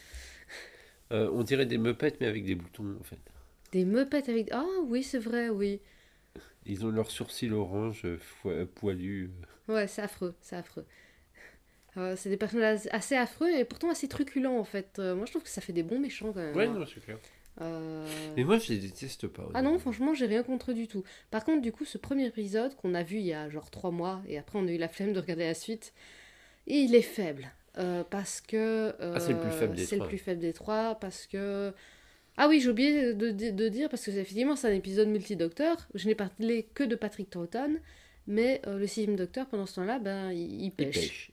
On dirait des Muppets, mais avec des boutons, en fait. Des meupettes avec... Ah oui, c'est vrai, oui. Ils ont leurs sourcils orange, poilus. Ouais, c'est affreux, c'est affreux. C'est des personnages assez affreux et pourtant assez truculents, en fait. Moi, je trouve que ça fait des bons méchants, quand même. Ouais, non, c'est clair. Euh, Mais moi, je les déteste pas. Ah non, franchement, j'ai rien contre eux du tout. Par contre, du coup, ce premier épisode qu'on a vu il y a genre 3 mois, et après on a eu la flemme de regarder la suite, il est faible. Parce que... C'est le plus faible des c'est trois. le plus faible des trois, parce que... Ah oui, j'ai oublié de dire, parce que effectivement, c'est un épisode multidocteur. Je n'ai parlé que de Patrick Troughton, mais le sixième docteur, pendant ce temps-là, ben, il Ils pêche. pêchent.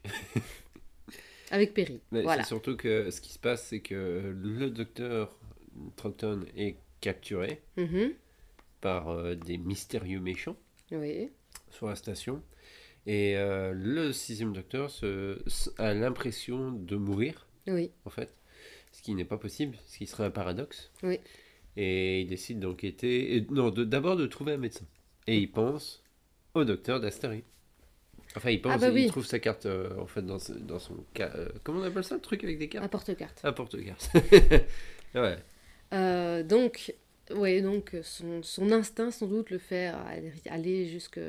Avec Perry. Mais Voilà. c'est surtout que ce qui se passe, c'est que le docteur Troughton est capturé Mhm. par des mystérieux méchants Oui. sur la station. Et le sixième docteur a l'impression de mourir, Oui. en fait. Ce qui n'est pas possible, ce qui serait un paradoxe. Oui. Et il décide d'enquêter, non, d'abord de trouver un médecin. Et il pense au docteur d'Astari. Enfin, il pense, Ah bah oui. il trouve sa carte, en fait, dans son... comment on appelle ça, le truc avec des cartes? Un porte-carte. Un porte-carte. Ouais. Donc, ouais, donc son instinct sans doute le fait aller jusque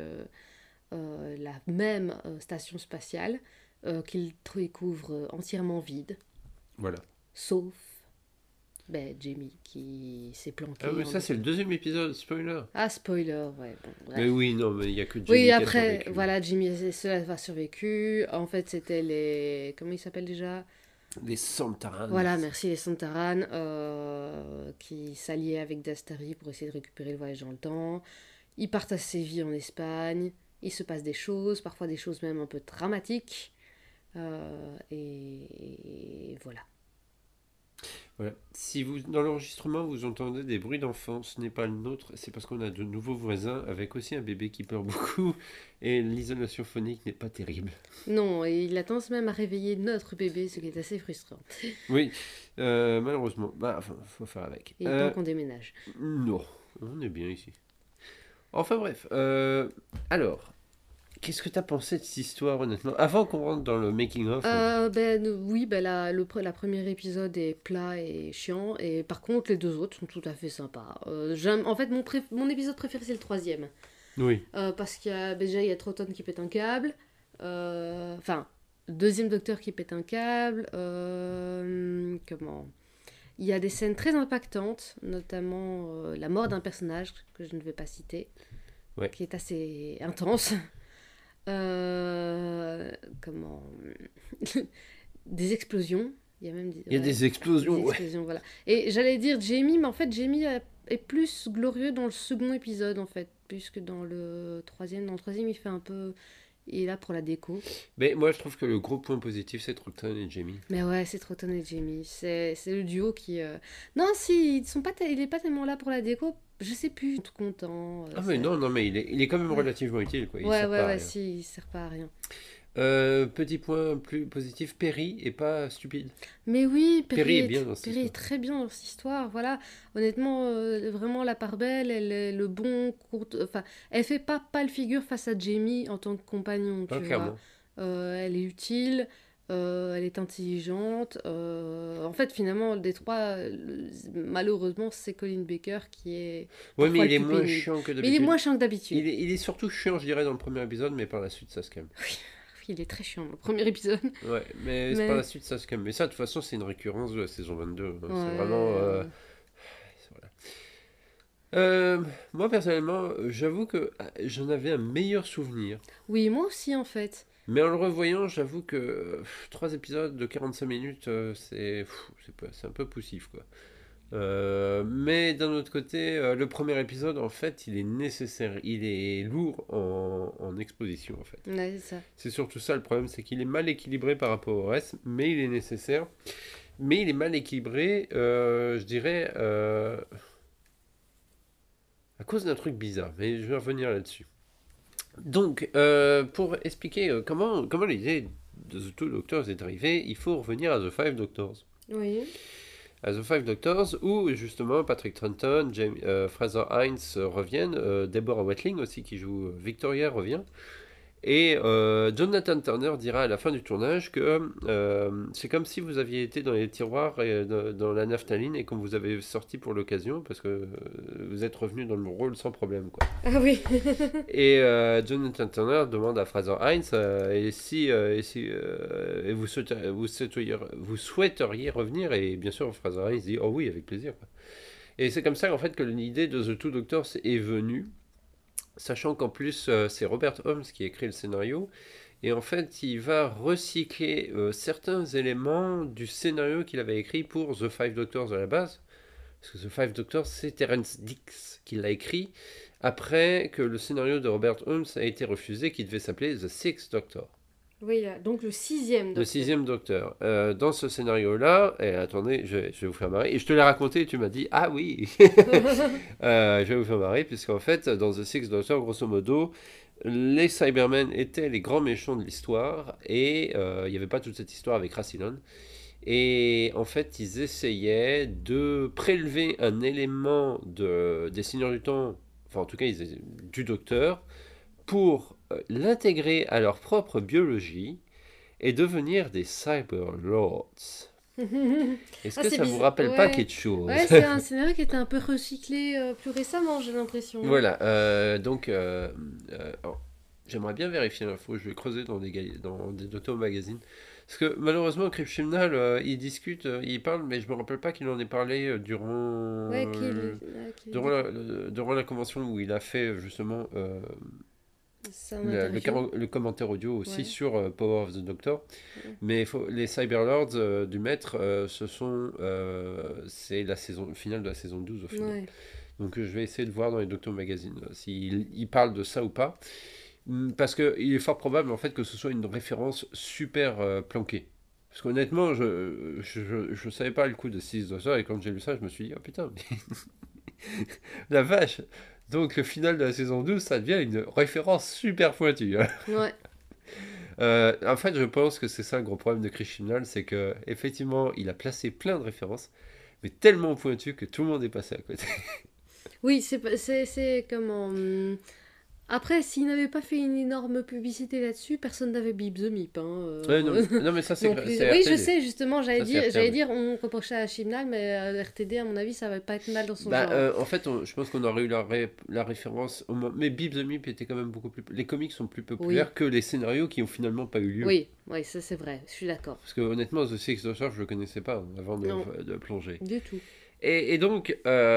la même station spatiale qu'il découvre entièrement vide, Voilà. sauf ben, Jamie qui s'est planqué. Ah, mais ça, c'est le deuxième épisode, spoiler. Ah, spoiler, ouais. Bon, bref. Mais oui, non, mais il n'y a que Jamie Oui, qui a après, survécu. voilà, Jimmy a survécu. En fait, c'était les... Comment ils s'appellent déjà? Des Santarans. Voilà, merci, les Santaran qui s'alliaient avec Dastari pour essayer de récupérer le voyage dans le temps. Ils partent à Séville en Espagne. Il se passe des choses, parfois des choses même un peu dramatiques. Et voilà. Voilà. Si vous, dans l'enregistrement, vous entendez des bruits d'enfants, ce n'est pas le nôtre, c'est parce qu'on a de nouveaux voisins avec aussi un bébé qui pleure beaucoup et l'isolation phonique n'est pas terrible. Non, et il a tendance même à réveiller notre bébé, ce qui est assez frustrant. Oui, malheureusement, bah, enfin, faut faire avec. Et tant qu'on déménage. Non, on est bien ici. Enfin bref, alors, qu'est-ce que tu as pensé de cette histoire honnêtement? Avant qu'on rentre dans le making-of, Oui, la premier épisode est plat et chiant, et par contre les deux autres sont tout à fait sympas. En fait, mon épisode préféré c'est le troisième. oui, Parce qu'il y a, déjà, il y a Troughton qui pète un câble. Enfin, deuxième docteur qui pète un câble. Il y a des scènes très impactantes, notamment la mort d'un personnage que je ne vais pas citer, Ouais. qui est assez intense. Euh, comment Des explosions. Il y a même il y a des explosions, des ouais. explosions, voilà. Et j'allais dire Jamie, mais en fait, Jamie est plus glorieux dans le second épisode, en fait, plus que dans le troisième. Dans le troisième, il fait un peu... Il est là pour la déco. Mais moi je trouve que le gros point positif c'est Troughton et Jamie. Mais ouais, c'est Troughton et Jamie. C'est le duo qui... Non, si, il est pas tellement là pour la déco. Je sais plus, tout content. Ah mais non, mais il est quand même relativement utile, quoi. Il Ouais, sert ouais, pas à ouais, rien. si, il sert pas à rien. Petit point plus positif, Perry est pas stupide. Mais oui, Perry est bien dans cette Perry est histoire. très bien dans cette histoire. Voilà, honnêtement, vraiment la part belle, elle est le bon enfin, elle fait pas pâle figure face à Jamie en tant que compagnon, tu Pas vois. clairement. Elle est utile, elle est intelligente. En fait, finalement, des trois, malheureusement, c'est Colin Baker qui est Ouais, mais parfois il le est plus moins pénible. chiant que Mais il est d'habitude. moins chiant que d'habitude. Il est surtout chiant, je dirais, dans le premier épisode, mais par la suite, ça se calme. Il est très chiant, le premier épisode. Ouais, mais Mais- par la suite, ça se calme. Mais ça, de toute façon, c'est une récurrence de la saison 22. Hein. C'est Ouais. vraiment... voilà. Moi, personnellement, j'avoue que j'en avais un meilleur souvenir. Oui, moi aussi, en fait. Mais en le revoyant, j'avoue que 3 épisodes de 45 minutes, c'est un peu poussif, quoi. Mais d'un autre côté, le premier épisode, en fait, il est nécessaire. Il est lourd en exposition, en fait. Ouais, c'est ça. C'est surtout ça le problème, c'est qu'il est mal équilibré par rapport au reste, mais il est nécessaire. Mais il est mal équilibré, je dirais, à cause d'un truc bizarre. Mais je vais revenir là-dessus. Donc, pour expliquer comment l'idée de The Two Doctors est arrivée, il faut revenir à The Five Doctors. Oui. À The Five Doctors, où justement Patrick Troughton, Fraser Hines reviennent, Deborah Watling aussi qui joue Victoria revient. Et Jonathan Turner dira à la fin du tournage que c'est comme si vous aviez été dans les tiroirs et dans la naphtaline et qu'on vous avait sorti pour l'occasion parce que vous êtes revenu dans le rôle sans problème, quoi. Ah oui. Et Jonathan Turner demande à Fraser Hines et vous souhaiteriez revenir, et bien sûr Fraser Hines dit oh oui, avec plaisir, quoi. Et c'est comme ça en fait que l'idée de The Two Doctors est venue, sachant qu'en plus c'est Robert Holmes qui a écrit le scénario, et en fait il va recycler certains éléments du scénario qu'il avait écrit pour The Five Doctors à la base, parce que The Five Doctors c'est Terence Dicks qui l'a écrit après que le scénario de Robert Holmes a été refusé, qui devait s'appeler The Sixth Doctor. Oui, donc le 6e Le docteur. sixième Docteur. Dans ce scénario-là, et attendez, je vais vous faire marrer, et je te l'ai raconté et tu m'as dit « Ah oui !» Je vais vous faire marrer, puisqu'en fait, dans The Sixth Doctor, grosso modo, les Cybermen étaient les grands méchants de l'histoire, et il n'y avait pas toute cette histoire avec Rassilon. Et en fait, ils essayaient de prélever un élément des Seigneurs du Temps, enfin en tout cas du Docteur, pour l'intégrer à leur propre biologie et devenir des Cyberlords. Est-ce que ça vous rappelle pas quelque chose? Ouais, c'est un scénario qui était un peu recyclé plus récemment, j'ai l'impression. Voilà, donc j'aimerais bien vérifier l'info, je vais creuser dans des Doctor Magazine. Parce que malheureusement, Crip Chibnall, il discute, il parle, mais je me rappelle pas qu'il en ait parlé Ouais, durant la convention où il a fait justement c'est un interview. le commentaire audio aussi Ouais. sur Power of the Doctor. Ouais. Mais les Cyberlords du Maître, c'est la saison finale de la saison 12 au final. Ouais. Donc je vais essayer de voir dans les Doctor Magazine s'il il parle de ça ou pas. Parce qu'il est fort probable en fait que ce soit une référence super planquée. Parce qu'honnêtement, je savais pas le coup de Six Doctor, et quand j'ai lu ça, je me suis dit, oh putain, mais la vache! Donc le final de la saison 12, ça devient une référence super pointue. Ouais. En fait, je pense que c'est ça le gros problème de Chris Chibnall, c'est que effectivement, il a placé plein de références, mais tellement pointues que tout le monde est passé à côté. Oui, c'est comment. Après, s'il n'avait pas fait une énorme publicité là-dessus, personne n'avait bip the mip. Ouais, non, mais ça c'est non plus. c'est Oui, RTD. je sais, justement, Ça, c'est j'allais RTD. dire, on reprochait à Chibnall, mais RTD, à mon avis, ça va pas être mal dans son genre. En fait, je pense qu'on aurait eu la référence mais Beep the Meep était quand même beaucoup plus. Les comics sont plus populaires que les scénarios qui ont finalement pas eu lieu. Oui, oui, ça c'est vrai, je suis d'accord. Parce que honnêtement, The Six Doctor, je le connaissais pas avant Non. de plonger. Du tout. Et donc,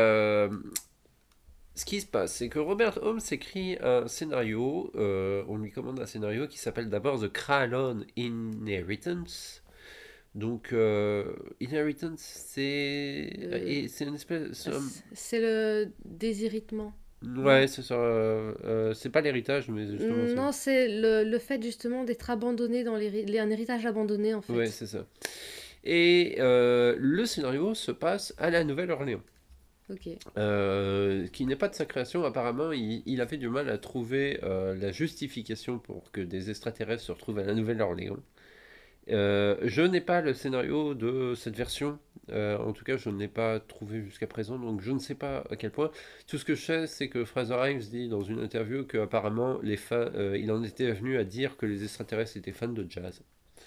ce qui se passe, c'est que Robert Holmes écrit un scénario, on lui commande un scénario qui s'appelle d'abord The Kralon Inheritance. Donc, Inheritance, c'est une espèce. C'est le déshéritement. Ouais, c'est ça. C'est pas l'héritage, mais justement. Non, c'est le fait justement d'être abandonné dans un héritage abandonné en fait. Ouais, c'est ça. Et le scénario se passe à la Nouvelle-Orléans. Ok. Qui n'est pas de sa création, apparemment, il avait du mal à trouver la justification pour que des extraterrestres se retrouvent à la Nouvelle-Orléans. Je n'ai pas le scénario de cette version, en tout cas je ne l'ai pas trouvé jusqu'à présent, donc je ne sais pas à quel point. Tout ce que je sais, c'est que Fraser Hines dit dans une interview qu'apparemment il en était venu à dire que les extraterrestres étaient fans de jazz.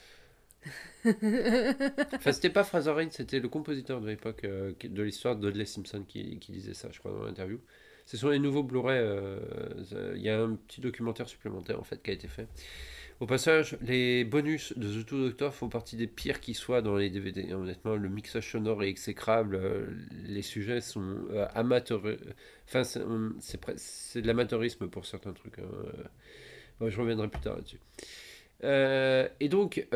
Enfin, c'était pas Fraser Hines, c'était le compositeur de l'époque de l'histoire d'Odley Simpson qui disait ça, je crois, dans l'interview. C'est sur les nouveaux Blu-ray, il y a un petit documentaire supplémentaire en fait qui a été fait. Au passage, les bonus de The Two Doctor font partie des pires qui soient dans les DVD. Honnêtement, le mixage sonore est exécrable, les sujets sont amateurs. Enfin, c'est de l'amateurisme pour certains trucs. Bon, je reviendrai plus tard là-dessus. Et donc,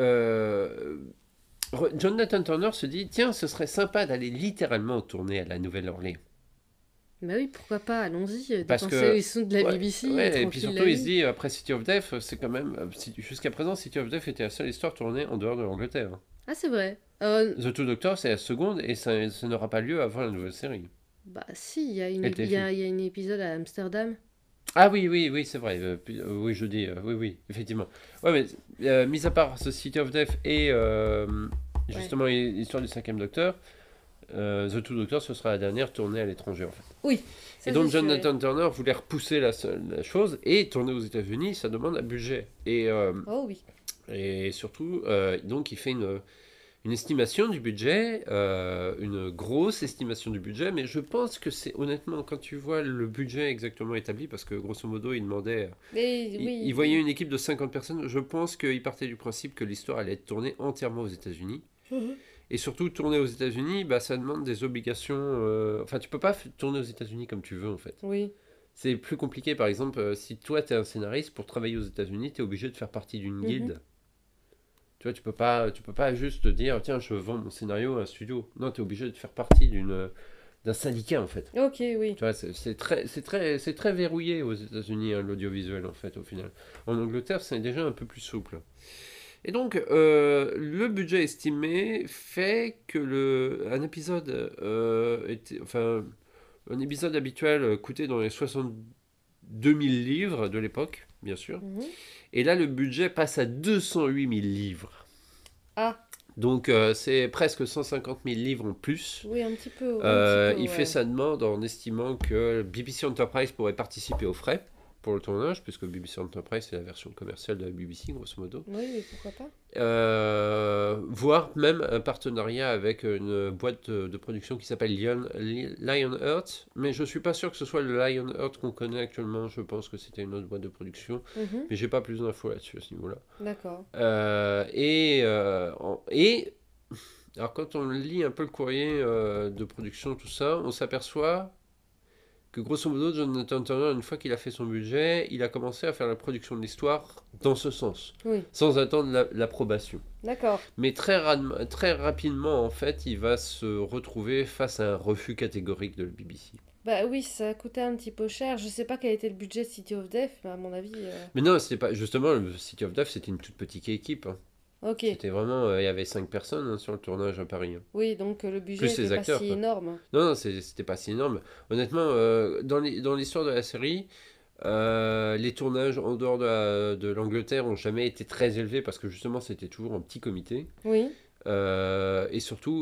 Jonathan Turner se dit, tiens, ce serait sympa d'aller littéralement tourner à la Nouvelle-Orléans. Bah oui, pourquoi pas, allons-y, Parce dépenser que, les sous de la ouais, BBC, ouais, et puis tranquille surtout, la il se vie. dit, après City of Death, c'est quand même, jusqu'à présent, City of Death était la seule histoire tournée en dehors de l'Angleterre. Ah, c'est vrai. The Two Doctors, c'est la seconde, et ça n'aura pas lieu avant la nouvelle série. Bah si, il y a une, Elle il y a, TFI. il y a un épisode à Amsterdam. Ah oui, oui, oui, c'est vrai. Oui, je dis, oui, oui, effectivement. Ouais, mais mis à part ce City of Death et Ouais. justement l'histoire du cinquième Docteur, The Two Doctors, ce sera la dernière tournée à l'étranger en fait. Oui, Et ça c'est donc sûr. Jonathan Turner voulait repousser la chose et tourner aux États-Unis, ça demande un budget. Oh oui. Et surtout, donc il fait une estimation du budget, une grosse estimation du budget, mais je pense que c'est honnêtement, quand tu vois le budget exactement établi, parce que grosso modo, il demandait, Mais il voyait oui. une équipe de 50 personnes, je pense qu'il partait du principe que l'histoire allait être tournée entièrement aux États-Unis. Mhm. Et surtout, tourner aux États-Unis, bah, ça demande des obligations. Enfin, tu peux pas tourner aux États-Unis comme tu veux, en fait. Oui. C'est plus compliqué, par exemple, si toi, tu es un scénariste, pour travailler aux États-Unis, tu es obligé de faire partie d'une Mhm. guilde. Tu vois, tu peux pas juste dire, tiens, je vends mon scénario à un studio. Non, tu es obligé de faire partie d'un syndicat, en fait. Ok, oui. Tu vois, c'est très verrouillé aux États-Unis, hein, l'audiovisuel, en fait, au final. En Angleterre, c'est déjà un peu plus souple. Et donc, le budget estimé fait que un épisode enfin, un épisode habituel coûtait dans les 62 000 livres de l'époque, bien sûr. Mhm. Et là, le budget passe à 208 000 livres. Ah, Donc, c'est presque 150 000 livres en plus. oui, un petit peu, Il fait ouais. sa demande en estimant que BBC Enterprise pourrait participer aux frais pour le tournage, puisque BBC Enterprise c'est la version commerciale de la BBC, grosso modo. Oui, mais pourquoi pas? Voire même un partenariat avec une boîte de production qui s'appelle Lionheart, mais je suis pas sûr que ce soit le Lionheart qu'on connaît actuellement, je pense que c'était une autre boîte de production, Mhm. mais j'ai pas plus d'infos là-dessus à ce niveau-là. D'accord. Et alors quand on lit un peu le courrier de production, tout ça, on s'aperçoit que grosso modo, Jonathan Turner, une fois qu'il a fait son budget, il a commencé à faire la production de l'histoire dans ce sens, Oui, sans attendre l'approbation. d'accord. Mais très rapidement, en fait, il va se retrouver face à un refus catégorique de la BBC. Bah oui, ça a coûté un petit peu cher. Je sais pas quel était le budget de City of Death, mais à mon avis. Mais non, c'était pas justement le City of Death, c'était une toute petite équipe, hein. Ok. C'était vraiment, il y avait 5 personnes hein, sur le tournage à Paris, hein. Oui, donc le budget Plus était les pas acteurs, si quoi. énorme. Non, non, c'était pas si énorme. Honnêtement, dans l'histoire de la série, les tournages en dehors de l'Angleterre ont jamais été très élevés parce que justement c'était toujours en petit comité. Oui, Et surtout,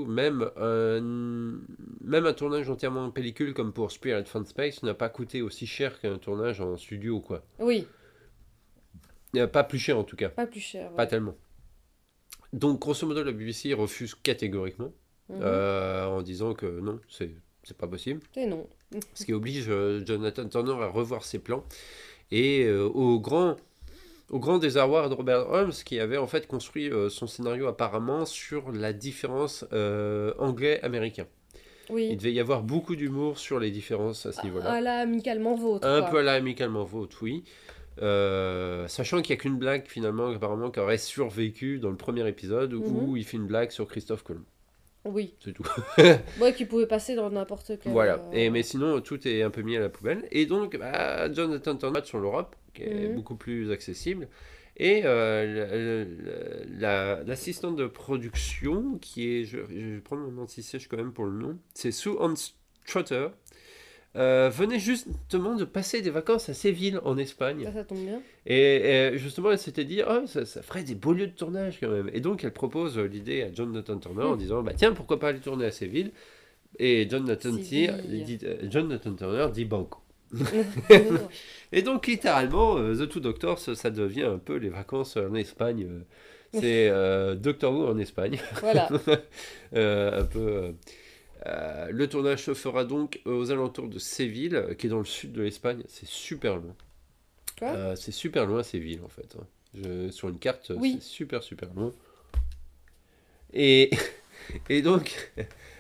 même un tournage entièrement en pellicule comme pour Spirit Fan Space n'a pas coûté aussi cher qu'un tournage en studio, quoi. oui, Pas plus cher en tout cas, pas plus cher, pas ouais. tellement. Donc, grosso modo, la BBC refuse catégoriquement Mhm. en disant que non, c'est pas possible. Et non. Ce qui oblige Jonathan Turner à revoir ses plans. Et au grand désarroi de Robert Holmes, qui avait en fait construit son scénario apparemment sur la différence anglais-américain. Il Oui. devait y avoir beaucoup d'humour sur les différences à ce À niveau-là. la amicalement vôtre, Un peu quoi. à la amicalement vôtre, oui. Sachant qu'il n'y a qu'une blague finalement apparemment qui aurait survécu dans le premier épisode Mhm. où il fait une blague sur Christophe Colomb. Oui. C'est tout. Ouais, qui pouvait passer dans n'importe quel. Voilà. Mais sinon, tout est un peu mis à la poubelle. Et donc, bah, Jonathan Turner sur l'Europe, qui est Mhm. beaucoup plus accessible. Et l'assistante de production, qui est, je vais prendre mon anti-sèche quand même pour le nom, c'est Sue Ann Trotter, venait justement de passer des vacances à Séville, en Espagne. Ça tombe bien. Et justement, elle s'était dit, oh, ça ferait des beaux lieux de tournage quand même. Et donc, elle propose l'idée à Jonathan Turner en Hum. disant, bah tiens, pourquoi pas aller tourner à Séville. Et Séville. Jonathan Turner dit banco. Et donc, littéralement, The Two Doctors, ça devient un peu les vacances en Espagne. C'est Doctor Who en Espagne. Voilà. Un peu. Le tournage se fera donc aux alentours de Séville, qui est dans le sud de l'Espagne. C'est super loin. Quoi? C'est super loin, Séville, en fait, hein. Sur une carte, c'est Oui. super, super loin. Et, et donc,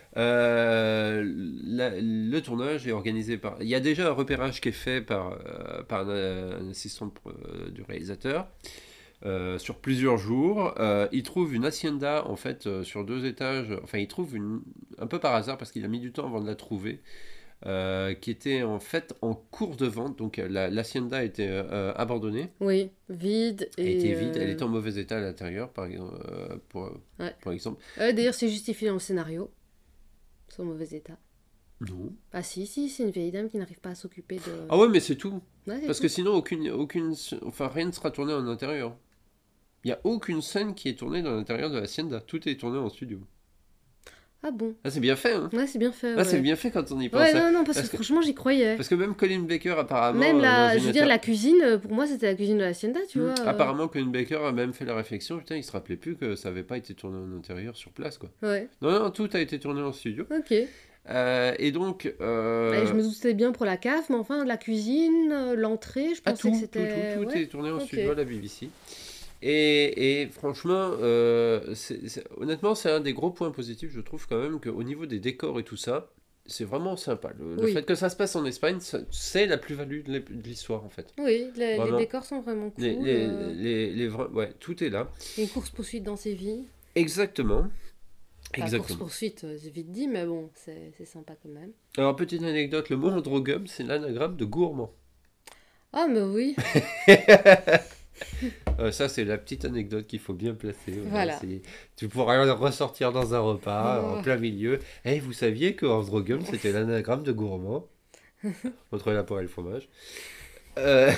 le tournage est organisé par. Il y a déjà un repérage qui est fait par un assistant du réalisateur. sur plusieurs jours. Il trouve une hacienda en fait sur 2 étages. Enfin, il trouve un peu par hasard parce qu'il a mis du temps avant de la trouver, qui était en fait en cours de vente. Donc l'hacienda était abandonnée. Oui, vide Elle et... était vide, elle était en mauvais état à l'intérieur, Ouais. pour exemple. D'ailleurs, c'est justifié dans le scénario, son mauvais état. Non. Ah si, c'est une vieille dame qui n'arrive pas à s'occuper de... Ah ouais, mais c'est tout. Ouais, c'est Parce tout. que sinon, enfin, rien ne sera tourné en intérieur. Il n'y a aucune scène qui est tournée dans l'intérieur de l'hacienda. Tout est tourné en studio. Ah bon? Ah, c'est bien fait, hein. Ouais, c'est bien fait, Ah, c'est ouais. bien fait quand on y pense. Ouais, non, parce que Parce que, franchement, j'y croyais. parce que même Colin Baker, apparemment, Même dans la, je une veux dire, la cuisine, pour moi, c'était la cuisine de la hacienda, tu vois. apparemment, Colin Baker a même fait la réflexion. Putain, il se rappelait plus que ça n'avait pas été tourné en intérieur sur place, quoi. Ouais, Non, tout a été tourné en studio. ok. Et donc. Et je me doutais bien pour la cave, mais enfin, la cuisine, l'entrée, je Ah, pensais que tout c'était... Ouais, est tourné en ok. studio à la BBC. Et franchement, honnêtement, c'est un des gros points positifs, je trouve quand même, qu'au niveau des décors et tout ça, c'est vraiment sympa. Le Oui. fait que ça se passe en Espagne, c'est la plus-value de l'histoire, en fait. Oui, les Vraiment. décors sont vraiment cool. Ouais, tout est là. Il y a une course-poursuite dans ses vies. Exactement. Enfin, Exactement. course-poursuite, c'est vite dit, mais bon, c'est sympa quand même. Alors, petite anecdote, le mot androgum, c'est l'anagramme de gourmand. Ah, mais oui. Ça, c'est la petite anecdote qu'il faut bien placer. Voilà. Tu pourras ressortir dans un repas, Oh. en plein milieu. Eh, vous saviez que androgum, c'était l'anagramme de gourmand entre la poire et le fromage. Euh,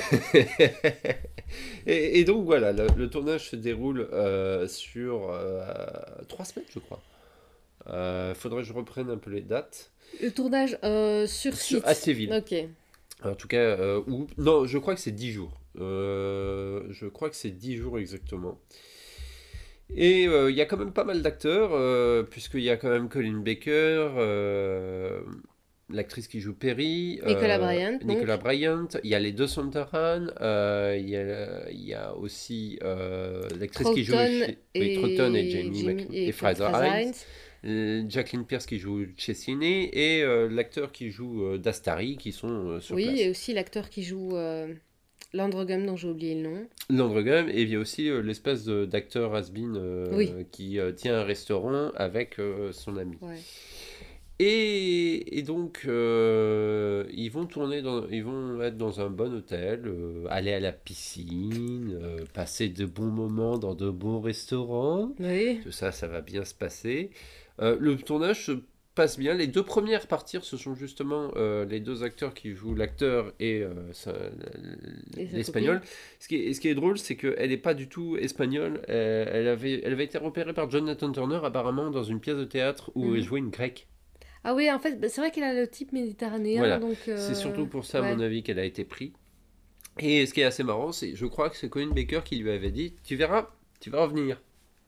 et donc voilà, le tournage se déroule sur 3 semaines, je crois. Faudrait que je reprenne un peu les dates. Le tournage sur site. À Séville. Ok. En tout cas, non, je crois que c'est 10 jours. Je crois que c'est 10 jours exactement. Et il y a quand même pas mal d'acteurs, puisqu'il y a quand même Colin Baker, l'actrice qui joue Perry, Nicolas Bryant, donc. Nicolas Bryant, il y a les deux Sontaran, il y a aussi l'actrice qui joue Troughton et Jamie et Fraser Hines, Jacqueline Pierce qui joue Chesney et l'acteur qui joue Dastari qui sont sur place. Oui, et aussi l'acteur qui joue l'androgame dont j'ai oublié le nom. L'androgame, et il y a aussi l'espèce d'acteur has-been Oui. qui tient un restaurant avec son ami. Ouais. Et donc, ils vont être dans un bon hôtel, aller à la piscine, passer de bons moments dans de bons restaurants. Oui. Tout ça, ça va bien se passer. Le tournage se passe bien. Les deux premières parties, ce sont justement les deux acteurs qui jouent l'acteur et l'espagnol. Ce qui est drôle, c'est qu'elle n'est pas du tout espagnole. Elle avait été repérée par Jonathan Turner apparemment dans une pièce de théâtre où elle jouait une grecque. Ah oui, en fait, c'est vrai qu'elle a le type méditerranéen. Voilà. Donc, c'est surtout pour ça, à ouais. mon avis, qu'elle a été prise. Et ce qui est assez marrant, je crois que c'est Colin Baker qui lui avait dit, tu verras, tu vas revenir.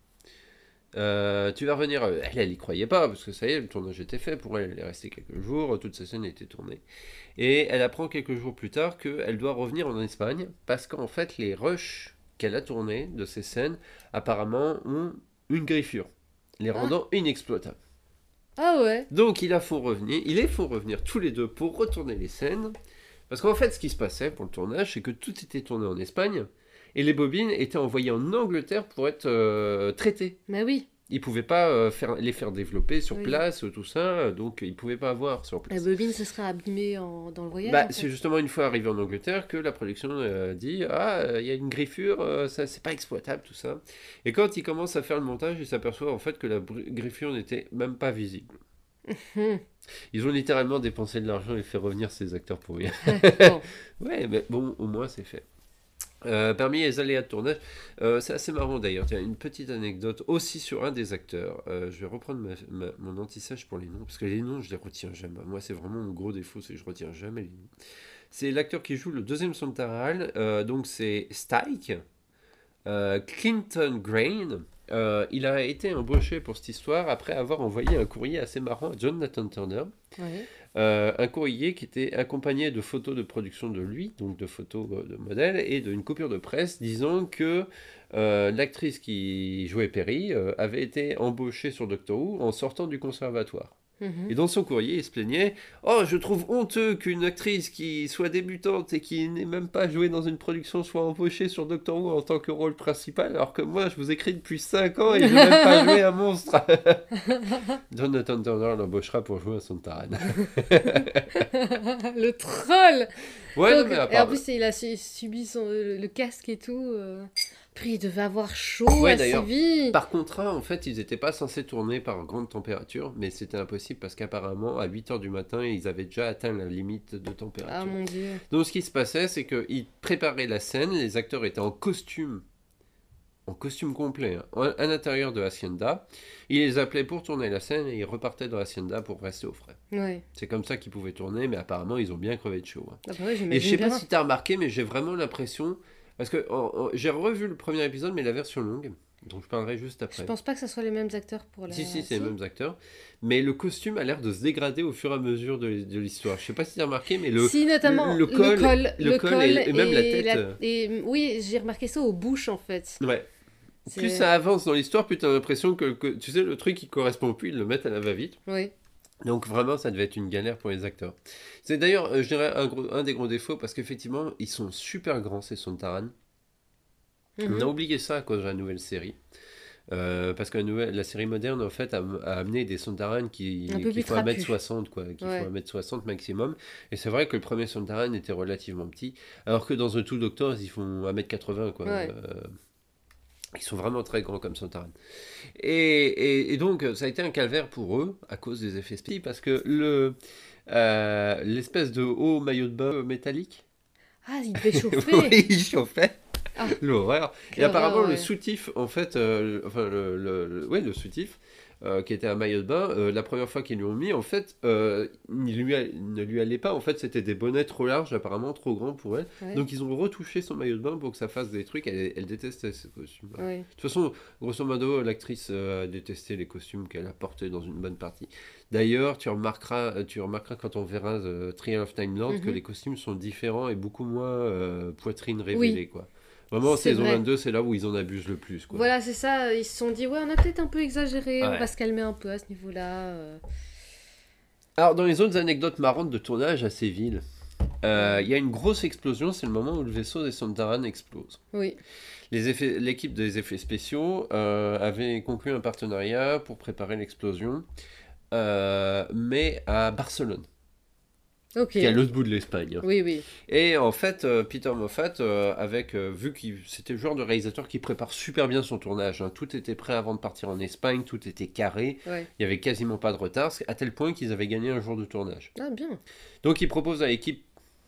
Tu vas revenir. Elle y croyait pas, parce que ça y est, le tournage était fait pour elle. Elle est restée quelques jours, toute sa scène était tournée. Et elle apprend quelques jours plus tard qu'elle doit revenir en Espagne, parce qu'en fait, les rushs qu'elle a tournés de ces scènes, apparemment, ont une griffure, les rendant inexploitables. Ah ouais. Donc ils les font revenir tous les deux pour retourner les scènes. Parce qu'en fait, ce qui se passait pour le tournage, c'est que tout était tourné en Espagne et les bobines étaient envoyées en Angleterre pour être traitées. Mais oui. Ils ne pouvaient pas les faire développer sur Oui. place, tout ça, donc ils ne pouvaient pas avoir sur place. La bobine se serait abîmée dans le voyage. Bah, en fait. c'est justement une fois arrivé en Angleterre que la production dit il y a une griffure, ça c'est pas exploitable tout ça. Et quand ils commencent à faire le montage, ils s'aperçoivent en fait que la griffure n'était même pas visible. Ils ont littéralement dépensé de l'argent et fait revenir ces acteurs pour rien. Bon. Ouais, mais bon, au moins c'est fait. Parmi les aléas de tournage, c'est assez marrant d'ailleurs. Il y a une petite anecdote aussi sur un des acteurs. Je vais reprendre mon anti-sèche pour les noms, parce que les noms, je les retiens jamais. Moi, c'est vraiment mon gros défaut, c'est que je retiens jamais les noms. C'est l'acteur qui joue le deuxième Sontaran, donc c'est Stike, Clinton Grain. Il a été embauché pour cette histoire après avoir envoyé un courrier assez marrant à Jonathan Turner. Ouais. Un courrier qui était accompagné de photos de production de lui, donc de photos de modèles, et d'une coupure de presse disant que l'actrice qui jouait Perry avait été embauchée sur Doctor Who en sortant du conservatoire. Et dans son courrier, il se plaignait: Oh, je trouve honteux qu'une actrice qui soit débutante et qui n'ait même pas joué dans une production soit embauchée sur Doctor Who en tant que rôle principal, alors que moi, je vous écris depuis 5 ans et je n'ai même pas joué un monstre. Jonathan Turner l'embauchera pour jouer à Sontaran. Le troll. Ouais, Donc, non, mais à et en part... plus, il a subi le casque et tout. Puis il devait avoir chaud Ouais, à d'ailleurs, Séville. par contrat, en fait, ils n'étaient pas censés tourner par grande température, mais c'était impossible parce qu'apparemment, à 8 heures du matin, ils avaient déjà atteint la limite de Ah température. mon dieu. Donc, ce qui se passait, c'est qu'ils préparaient la scène, les acteurs étaient en costume complet, hein, à l'intérieur de Hacienda. Ils les appelaient pour tourner la scène et ils repartaient dans Hacienda pour rester au frais. Ouais. C'est comme ça qu'ils pouvaient tourner, mais apparemment, ils ont bien crevé de chaud. Hein. Ah bah ouais, Et je j'imagine sais pas bien. si tu as remarqué, mais j'ai vraiment l'impression... Parce que j'ai revu le premier épisode, mais la version longue, dont je parlerai juste Je après. pense pas que ce soit les mêmes acteurs pour la. Si, c'est les mêmes acteurs. Mais le costume a l'air de se dégrader au fur et à mesure de l'histoire. Je sais pas si tu as remarqué, mais Si, notamment le col et même la et tête. et oui, j'ai remarqué ça aux bouches en fait. Ouais. C'est- Plus ça avance dans l'histoire, plus tu as l'impression que, tu sais, le truc qui correspond plus, ils le mettent à la va-vite. Oui. Donc vraiment, ça devait être une galère pour les acteurs. C'est d'ailleurs, je dirais, un des gros défauts, parce qu'effectivement, ils sont super grands, ces Sontaran. On a oublié ça à cause de la nouvelle série. Parce que la série moderne, en fait, a amené des Sontaran qui Un peu plus font trapus. 1m60, quoi. Qui Ouais. font 1m60 maximum. Et c'est vrai que le premier Sontaran était relativement petit. Alors que dans The Two Doctors, ils font 1m80, quoi. Ouais. Ils sont vraiment très grands comme Sontaran. Et donc, ça a été un calvaire pour eux, à cause des effets spéciaux. Parce que l'espèce de haut maillot de bain métallique, Ah, il devait chauffer. oui, il chauffait. Ah. L'horreur. Et Quelle apparemment, horreur, le ouais. soutif, en fait, enfin, le soutif, qui était un maillot de bain, la première fois qu'ils lui ont mis, en fait, il ne lui allait pas. En fait, c'était des bonnets trop larges, apparemment trop grands pour elle. Ouais. Donc, ils ont retouché son maillot de bain pour que ça fasse des trucs. Elle détestait ces costumes. Ouais. De toute façon, grosso modo, l'actrice a détesté les costumes qu'elle a portés dans une bonne partie. D'ailleurs, tu remarqueras quand on verra The Trial of Time Lord que les costumes sont différents et beaucoup moins poitrine révélée, quoi. Vraiment, C'est saison vrai. 22, c'est là où ils en abusent le plus, quoi. Voilà, c'est ça. Ils se sont dit, ouais, on a peut-être un peu exagéré, on Ouais. va se calmer un peu à ce niveau-là. Alors, dans les autres anecdotes marrantes de tournage à Séville, il y a une grosse explosion, c'est le moment où le vaisseau des Sontaran explose. Oui. L'équipe des effets spéciaux avait conclu un partenariat pour préparer l'explosion, mais à Barcelone, Ok. qui est à l'autre bout de l'Espagne. Hein. Oui, oui. Et en fait, Peter Moffat, vu que c'était le genre de réalisateur qui prépare super bien son tournage, hein, tout était prêt avant de partir en Espagne, tout était carré, Ouais. il y avait quasiment pas de retard, à tel point qu'ils avaient gagné un jour de tournage. Ah, bien. Donc il propose à l'équipe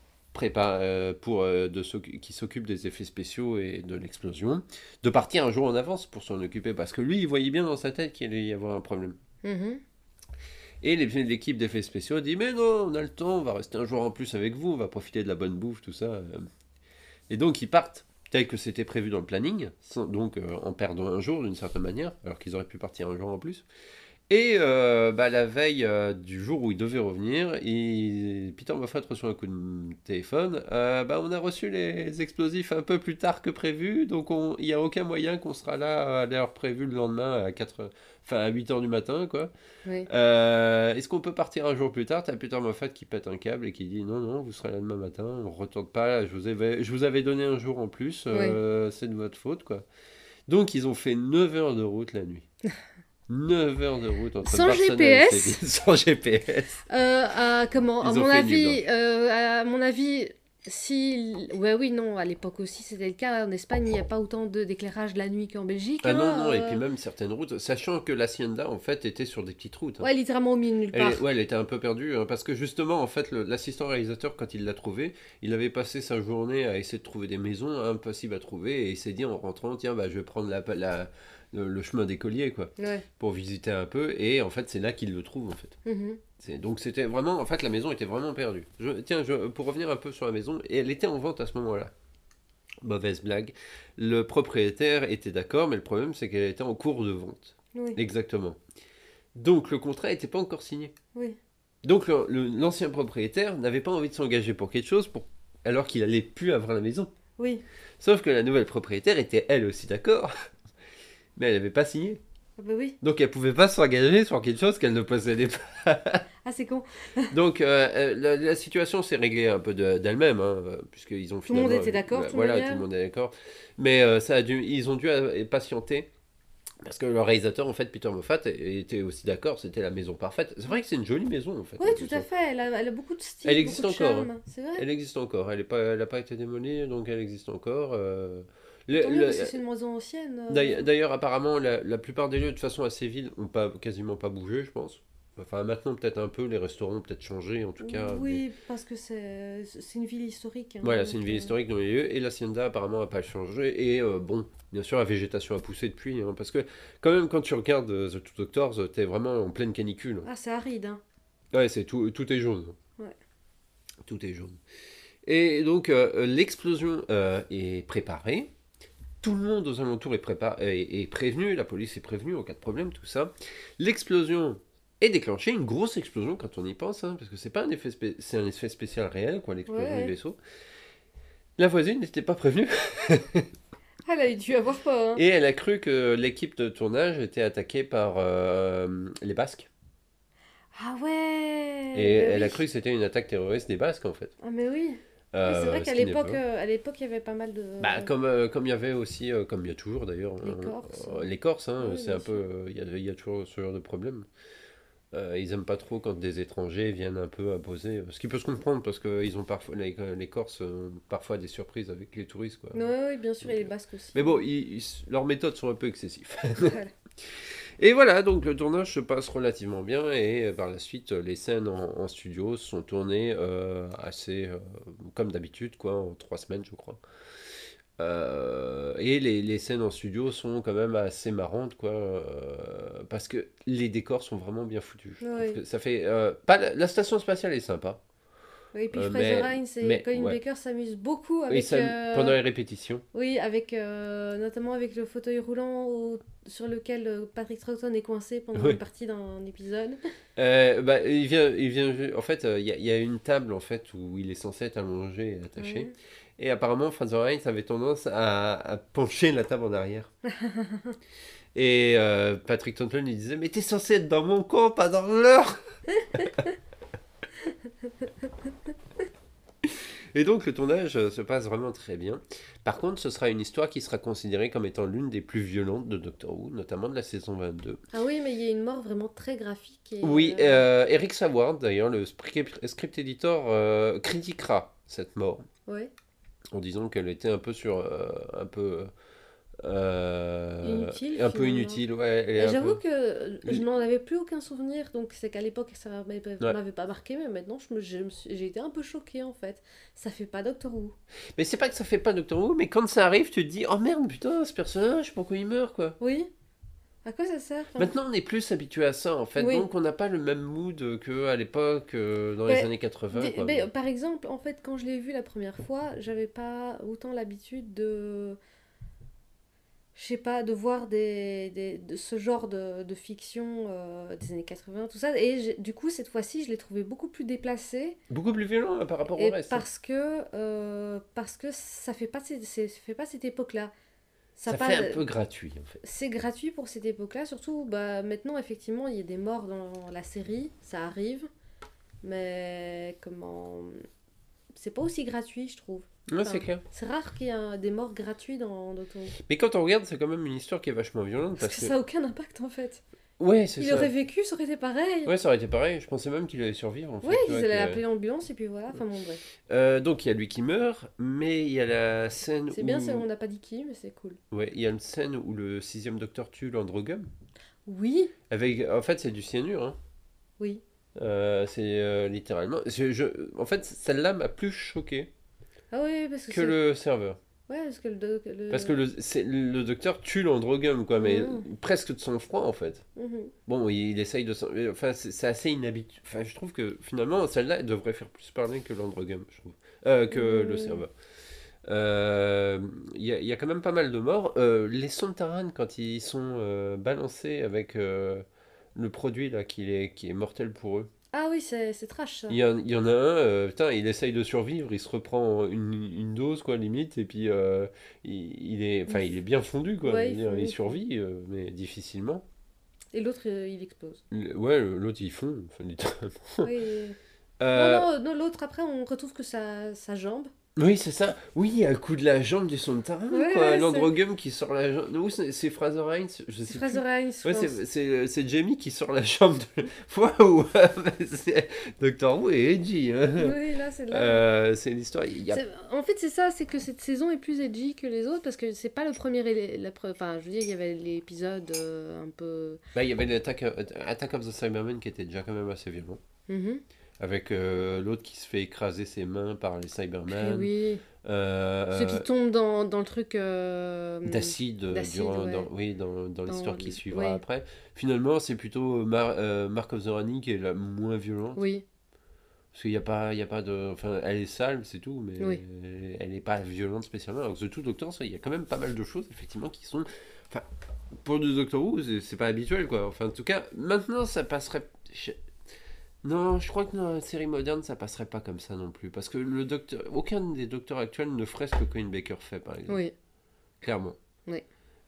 qui s'occupe des effets spéciaux et de l'explosion, de partir un jour en avance pour s'en occuper, parce que lui, il voyait bien dans sa tête qu'il allait y avoir un problème. Mhm. Et l'équipe d'effets spéciaux dit: Mais non, on a le temps, on va rester un jour en plus avec vous, on va profiter de la bonne bouffe, tout ça. Et donc ils partent tel que c'était prévu dans le planning, donc en perdant un jour d'une certaine manière, alors qu'ils auraient pu partir un jour en plus. Et la veille du jour où ils devaient revenir, Peter Moffat reçoit un coup de téléphone. On a reçu les explosifs un peu plus tard que prévu, donc il n'y a aucun moyen qu'on sera là à l'heure prévue le lendemain à 8 heures du matin, quoi. Oui. Est-ce qu'on peut partir un jour plus tard? T'as Peter Moffat qui pète un câble et qui dit: Non, vous serez là demain matin, on ne retourne pas, je vous avais donné un jour en plus, c'est de votre faute, quoi. Donc ils ont fait 9 heures de route la nuit. 9 heures de route entre Sans Barcelone et GPS. Séville. Sans GPS. Comment Ils à ont mon fait avis, à mon avis, si, ouais, oui, non, à l'époque aussi c'était le cas. En Espagne, il n'y a pas autant d'éclairage la nuit qu'en Belgique. Ah non, hein, non, et puis même certaines routes, sachant que l'Hacienda, en fait, était sur des petites routes. Hein. Ouais, littéralement au milieu de nulle part. Elle était un peu perdue, hein, parce que justement, en fait, l'assistant réalisateur, quand il l'a trouvé, il avait passé sa journée à essayer de trouver des maisons impossibles à trouver, et il s'est dit en rentrant: Tiens, je vais prendre le chemin des Colliers, quoi, Ouais. pour visiter un peu, et en fait, c'est là qu'il le trouve, en fait. Mhm. Donc c'était vraiment, en fait, la maison était vraiment perdue. Pour revenir un peu sur la maison, et elle était en vente à ce moment-là. Mauvaise blague. Le propriétaire était d'accord, mais le problème, c'est qu'elle était en cours de vente. Oui. Exactement. Donc le contrat n'était pas encore signé. Oui. Donc l'ancien propriétaire n'avait pas envie de s'engager pour quelque chose alors qu'il allait plus avoir la maison. Oui. Sauf que la nouvelle propriétaire était elle aussi d'accord, mais elle n'avait pas signé. Ah bah oui. Donc elle pouvait pas s'engager sur quelque chose qu'elle ne possédait pas. Ah, c'est con. Donc la situation s'est réglée un peu d'elle-même, hein, puisqu'ils ont Tout le monde finalement... était d'accord, de toute voilà, tout le manière. monde est d'accord. Mais ils ont dû patienter. Parce que le réalisateur, en fait, Peter Moffat, était aussi d'accord, c'était la maison parfaite. C'est vrai que c'est une jolie maison, en fait, Oui, en tout plus, à hein. fait. Elle a beaucoup de Elle style, beaucoup existe de encore, hein. charme. C'est vrai. Elle existe encore. Elle a pas été démolie, donc elle existe encore. Tant mieux parce que Le- c'est une maison ancienne. D'ailleurs, apparemment, la plupart des lieux, de toute façon, assez vides, ont pas, quasiment pas bougé, je pense. Enfin, maintenant, peut-être un peu, les restaurants ont peut-être changé, en tout cas. Mais Oui, parce que c'est une ville historique, hein, voilà, c'est une donc, ville historique dans les lieux, et l'hacienda, apparemment, n'a pas changé. Et bon, bien sûr, la végétation a poussé depuis, hein, parce que, quand même, quand tu regardes The Two Doctors, t'es vraiment en pleine canicule. Ah, c'est aride, hein. Ouais, tout est jaune. Ouais. Tout est jaune. Et donc, l'explosion est préparée. Tout le monde aux alentours est prévenu, la police est prévenue en cas de problème, tout ça. L'explosion est déclenchée, une grosse explosion quand on y pense, hein, parce que c'est pas un effet, c'est un effet spécial réel, quoi, Ouais, l'explosion du ouais. vaisseau. La voisine n'était pas prévenue Ah, elle a dû avoir peur, hein. et elle a cru que l'équipe de tournage était attaquée par les Basques. Ah Et ouais, bah elle a oui. cru que c'était une attaque terroriste des Basques, en fait. Ah, mais oui. Ouais, c'est vrai Ce qu'à qui n'est l'époque, pas. il y avait pas mal de... Bah, comme il y avait aussi, comme il y a toujours d'ailleurs, Les Corses. les Corses, hein, Oui, c'est bien un peu, sûr. il y a toujours ce genre de problème. Ils aiment pas trop quand des étrangers viennent un peu imposer, ce qui peut se comprendre parce que ils ont parfois, les Corses ont parfois des surprises avec les touristes, quoi. Ouais, oui, bien sûr, et Donc, les Basques aussi, mais bon, hein. leurs méthodes sont un peu excessives. Voilà. Et voilà, donc le tournage se passe relativement bien et par la suite, les scènes en studio sont tournées assez comme d'habitude, quoi, en 3 semaines, je crois. Et les scènes en studio sont quand même assez marrantes, quoi, parce que les décors sont vraiment bien foutus. Je trouve Ouais. que ça fait pas la station spatiale est sympa, Et puis Fraser mais Hines et Colin ouais. Baker s'amusent beaucoup Et avec... ça, pendant les répétitions, Oui, avec notamment avec le fauteuil roulant sur lequel Patrick Troughton est coincé pendant une oui. partie d'un épisode. Bah, il vient. En fait, il y a une table en fait où il est censé être allongé et attaché. Ouais. Et apparemment, Fraser Hines avait tendance à pencher la table en arrière. Et Patrick Troughton lui disait, mais t'es censé être dans mon camp, pas dans le leur. Et donc le tournage se passe vraiment très bien. Par contre, ce sera une histoire qui sera considérée comme étant l'une des plus violentes de Doctor Who, notamment de la saison 22. Ah oui, mais il y a une mort vraiment très graphique et... Oui, Eric Saward, d'ailleurs, le script editor, critiquera cette mort Ouais, en disant qu'elle était un peu inutile un peu finalement. inutile, ouais, et Et un j'avoue peu. que je n'en avais plus aucun souvenir, donc c'est qu'à l'époque ça Ouais. m'avait pas marqué, mais maintenant j'ai été un peu choquée en fait. Ça fait pas Doctor Who. Mais c'est pas que ça fait pas Doctor Who, mais quand ça arrive, tu te dis, oh merde, putain, ce personnage, pourquoi il meurt, quoi. Oui? À quoi ça sert? Enfin, Maintenant, on est plus habitué à ça, en fait, oui. donc on n'a pas le même mood qu'à l'époque, dans les Ouais, années 80, quoi. par exemple, en fait, quand je l'ai vu la première fois, j'avais pas autant l'habitude de, je sais pas, de voir de ce genre de fiction des années 80, tout ça. Et du coup, cette fois-ci, je l'ai trouvé beaucoup plus déplacée. Beaucoup plus violent par rapport au Et reste, hein. parce que ça fait pas, ça fait pas cette époque-là. Ça Ça pas, fait un peu gratuit, en fait. c'est gratuit pour cette époque-là, surtout bah, maintenant, effectivement, il y a des morts dans la série, ça arrive. Mais comment. C'est pas aussi gratuit, je trouve. Ouais, c'est Enfin, clair. c'est rare qu'il y ait des morts gratuits dans Doctor Who. Mais quand on regarde, c'est quand même une histoire qui est vachement violente, Parce parce que que... ça a aucun impact en fait. Ouais, c'est Il ça. aurait vécu, ça aurait été pareil. Ouais, ça aurait été pareil. Je pensais même qu'il allait survivre, en Ouais, fait. Tu ils vois, allaient appeler l'ambulance et puis voilà. Enfin bon, bref. Donc, il y a lui qui meurt, mais il y a la scène C'est bien, on où... n'a pas dit qui, mais c'est cool. Ouais, il y a une scène où le sixième docteur tue l'androgum. Oui, Avec... En fait, c'est du cyanure, hein. oui. C'est littéralement... En fait, celle-là m'a plus choqué Ah oui, parce que que c'est. le serveur. Ouais, parce que Parce que le docteur tue l'androgum, quoi, mais Mhm, presque de son froid, en fait. mhm. Bon, il essaye de... Enfin, c'est assez inhabituel. Enfin, je trouve que, finalement, celle-là, elle devrait faire plus parler que l'androgum, je trouve. Que le Mhm. serveur. Il y a quand même pas mal de morts. Les Sontaran, quand ils sont balancés avec le produit, là, qui est mortel pour eux. Ah oui, c'est trash ça. Il y en a un, putain, il essaye de survivre, il se reprend une dose, quoi, limite, et puis il est, enfin, il est bien fondu, quoi. Je Ouais, veux ils dire, font. il survit, mais difficilement. Et l'autre, il explose. Ouais, l'autre il fond, enfin, littéralement. Oui. Non, Euh, non, non, l'autre, après, on retrouve que sa jambe. oui, c'est ça. Oui, il y a le coup de la jambe du son de tarn, Ouais, quoi. ouais, c'est. L'androgum qui sort la jambe. Ou c'est Fraser Hines, je C'est sais plus. Fraser Hines, je Ouais, pense. c'est Jamie qui sort la jambe de. Waouh! C'est Doctor Who et Edgy, hein. Oui, là, c'est là. C'est l'histoire. Il y a... En fait, c'est ça, c'est que cette saison est plus edgy que les autres parce que c'est pas le premier. Enfin, je veux dire, il y avait l'épisode un peu. Bah, il y avait Attack of the Cybermen qui était déjà quand même assez violent. Mhm. Avec l'autre qui se fait écraser ses mains par les Et Cybermen. oui. Ceux qui Euh, tombent dans le truc. D'acide D'acide, ouais. oui, dans l'histoire Dans... qui suivra Oui, après. Finalement, c'est plutôt Mark of the Rani qui est la moins violente. oui, Parce qu'il y a pas de. Enfin, elle est sale, c'est tout, mais oui. elle n'est pas violente spécialement. Alors que The Two Doctors, il y a quand même pas mal de choses, effectivement, qui sont. Enfin, pour du Doctor Who, c'est pas habituel, quoi. Enfin, en tout cas, maintenant, ça passerait. Non, je crois que dans la série moderne, ça passerait pas comme ça non plus. Parce que le docteur, aucun des docteurs actuels ne ferait ce que Colin Baker fait, par exemple. Oui, Clairement. oui.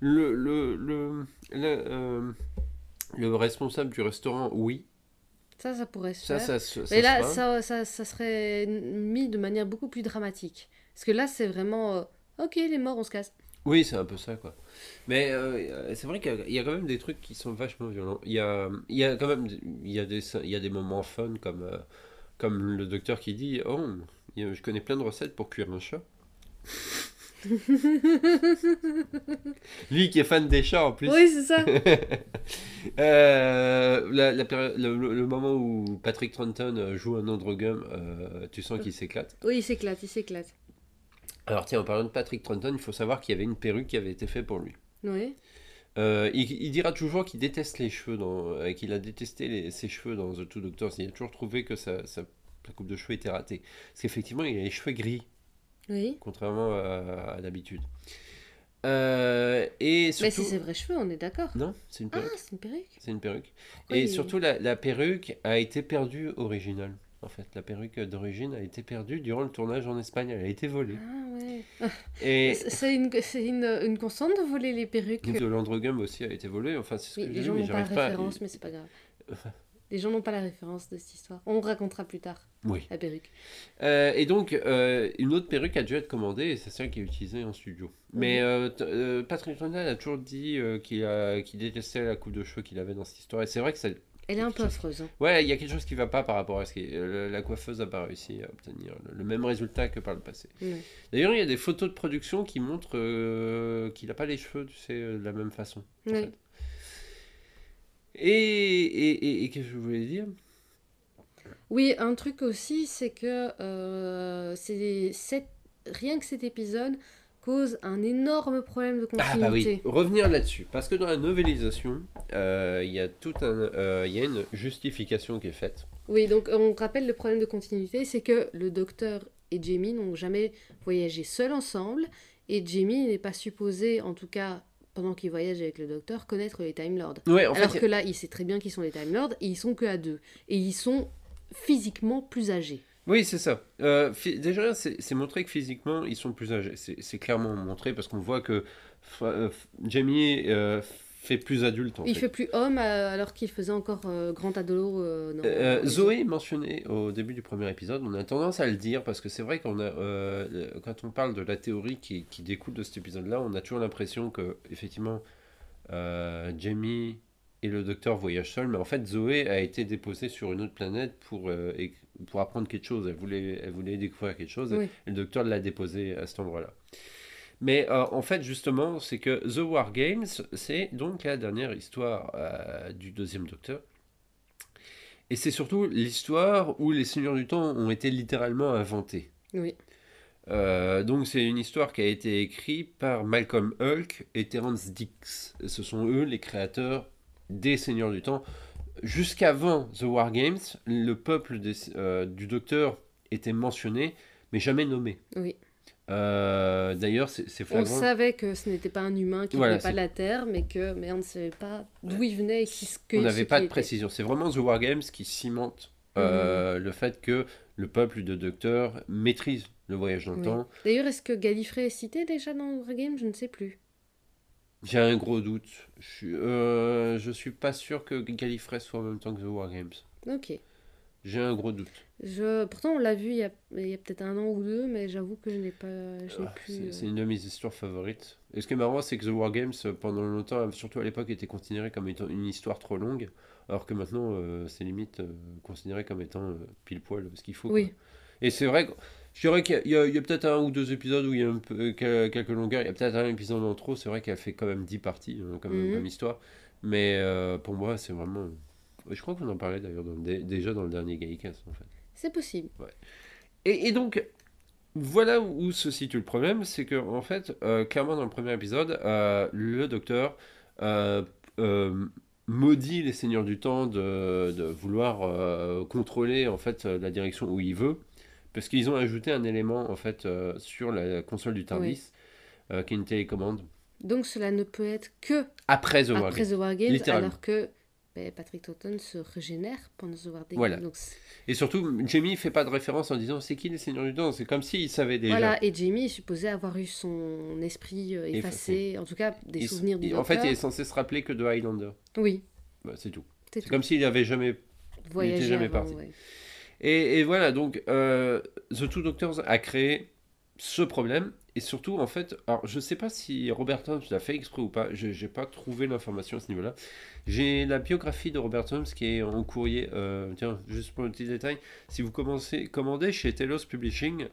Le, le responsable du restaurant, oui. Ça pourrait se Ça, faire. ça Mais se là, fera. ça serait mis de manière beaucoup plus dramatique. Parce que là, c'est vraiment. Ok, il est mort, on se casse. Oui, c'est un peu ça, quoi. Mais c'est vrai qu'il y a quand même des trucs qui sont vachement violents. Il y a quand même il y a des moments fun comme le docteur qui dit oh, je connais plein de recettes pour cuire un chat. Lui qui est fan des chats en plus. Oui, c'est ça. Le moment où Patrick Troughton joue un androgum, tu sens qu'il s'éclate. Oui, il s'éclate, il s'éclate. Alors tiens, en parlant de Patrick Troughton, il faut savoir qu'il y avait une perruque qui avait été faite pour lui. Oui. Il dira toujours qu'il déteste les cheveux, qu'il a détesté ses cheveux dans The Two Doctors. Il a toujours trouvé que sa coupe de cheveux était ratée. Parce qu'effectivement, il a les cheveux gris, Oui. contrairement à d'habitude. Et Mais surtout... c'est ses vrais cheveux, on est d'accord. Non, c'est une Ah, perruque. c'est une perruque. C'est une perruque. Pourquoi Et il... surtout, la perruque a été perdue originale. En fait, la perruque d'origine a été perdue durant le tournage en Espagne. Elle a été volée. Ah ouais. Et C'est une constante de voler les perruques. de l'androgum aussi a été volé. Enfin, c'est ce Oui, que les j'ai vu, gens mais n'ont pas la j'arrive pas. référence, mais c'est pas grave. Les gens n'ont pas la référence de cette histoire. On racontera plus tard, Oui. la perruque. Et donc, une autre perruque a dû être commandée et c'est celle qui est utilisée en studio. Mais Mhm. Patrick Troughton a toujours dit qu'il détestait la coupe de cheveux qu'il avait dans cette histoire. Et c'est vrai que ça. Elle est un peu affreuse. Hein. Ouais, il y a quelque chose qui va pas par rapport à ce qui la coiffeuse n'a pas réussi à obtenir le même résultat que par le passé. Ouais. D'ailleurs, il y a des photos de production qui montrent qu'il n'a pas les cheveux, tu sais, de la même façon. En Ouais. fait. Et qu'est-ce que je voulais dire? Oui, un truc aussi, c'est que rien que cet épisode cause un énorme problème de Ah bah oui, continuité. revenir là-dessus. Parce que dans la novélisation, il y a il y a une justification qui est faite. Oui, donc on rappelle le problème de continuité, c'est que le docteur et Jamie n'ont jamais voyagé seuls ensemble, et Jamie n'est pas supposé, en tout cas pendant qu'il voyage avec le docteur, connaître les Time Lords. Ouais, en Alors fait, que là, il sait très bien qu'ils sont les Time Lords, et ils sont que à deux. Et ils sont physiquement plus âgés. oui, c'est ça. Déjà, c'est montré que physiquement, ils sont plus âgés. C'est clairement montré parce qu'on voit que Jamie fait plus adulte en Il fait. fait plus homme alors qu'il faisait encore grand ado dans les autres. Zoé mentionné au début du premier épisode, on a tendance à le dire parce que c'est vrai quand on parle de la théorie qui découle de cet épisode-là, on a toujours l'impression que effectivement Jamie et le docteur voyagent seuls, mais en fait Zoé a été déposée sur une autre planète pour apprendre quelque chose. Elle voulait découvrir quelque chose Oui, et le docteur l'a déposée à cet endroit-là. Mais en fait, justement, c'est que The War Games, c'est donc la dernière histoire du deuxième docteur. Et c'est surtout l'histoire où les Seigneurs du Temps ont été littéralement inventés. oui, Donc c'est une histoire qui a été écrite par Malcolm Hulke et Terence Dix. Et ce sont eux les créateurs des Seigneurs du Temps. Jusqu'avant The War Games, le peuple du Docteur était mentionné, mais jamais nommé. oui. D'ailleurs, c'est On flagrant. savait que ce n'était pas un humain qui Voilà, venait pas de la Terre, mais on ne savait pas d'où il venait et on ce n'avait qui pas de était. précision. C'est vraiment The War Games qui cimente Mhm. le fait que le peuple de Docteur maîtrise le voyage dans le Oui. temps. D'ailleurs, est-ce que Gallifrey est cité déjà dans War Game? Je ne sais plus. J'ai un gros doute. Je suis pas sûr que Gallifrey soit en même temps que The War Games. Ok. J'ai un gros doute. Pourtant, on l'a vu il y a peut-être un an ou deux, mais j'avoue que je n'ai plus. C'est une de mes histoires favorites. Et ce qui est marrant, c'est que The War Games, pendant longtemps, surtout à l'époque, était considéré comme étant une histoire trop longue, alors que maintenant, c'est limite considéré comme étant pile poil ce qu'il faut, quoi. Oui. Et c'est vrai que je dirais qu'il y a peut-être un ou deux épisodes où il y a un peu, quelques longueurs. Il y a peut-être un épisode en trop. C'est vrai qu'elle fait quand même 10 parties, comme Mhm. histoire. Mais pour moi, c'est vraiment. Je crois qu'on en parlait d'ailleurs déjà dans le dernier Gaïcast, en fait. C'est possible. Ouais. Et donc, voilà où se situe le problème, c'est que en fait, clairement dans le premier épisode, le docteur euh, euh, maudit les seigneurs du temps de vouloir contrôler en fait la direction où il veut, parce qu'ils ont ajouté un élément en fait sur la console du Oui. TARDIS, qui est une télécommande Donc cela ne peut être que après The War après Games, The War Games, littéralement. alors que Patrick Troughton se régénère pendant The War Games. Voilà. Donc, Et surtout, Jamie fait pas de référence en disant c'est qui les seigneurs du temps, c'est comme s'il savait déjà. voilà, et Jamie est supposé avoir eu son esprit Effacé. effacé, en tout cas des Et, souvenirs du en fait, il est docteur. censé se rappeler que de Highlander. Oui, Bah, c'est tout. c'est C'est tout. comme s'il avait jamais, il était Voyager jamais avant, parti. ouais. Et voilà, donc The Two Doctors a créé ce problème. Et surtout, en fait, alors je sais pas si Robert Holmes l'a fait exprès ou pas, j'ai pas trouvé l'information à ce niveau-là. J'ai la biographie de Robert Holmes qui est en courrier. Tiens, juste pour un petit détail, si vous commandez chez Telos Publishing,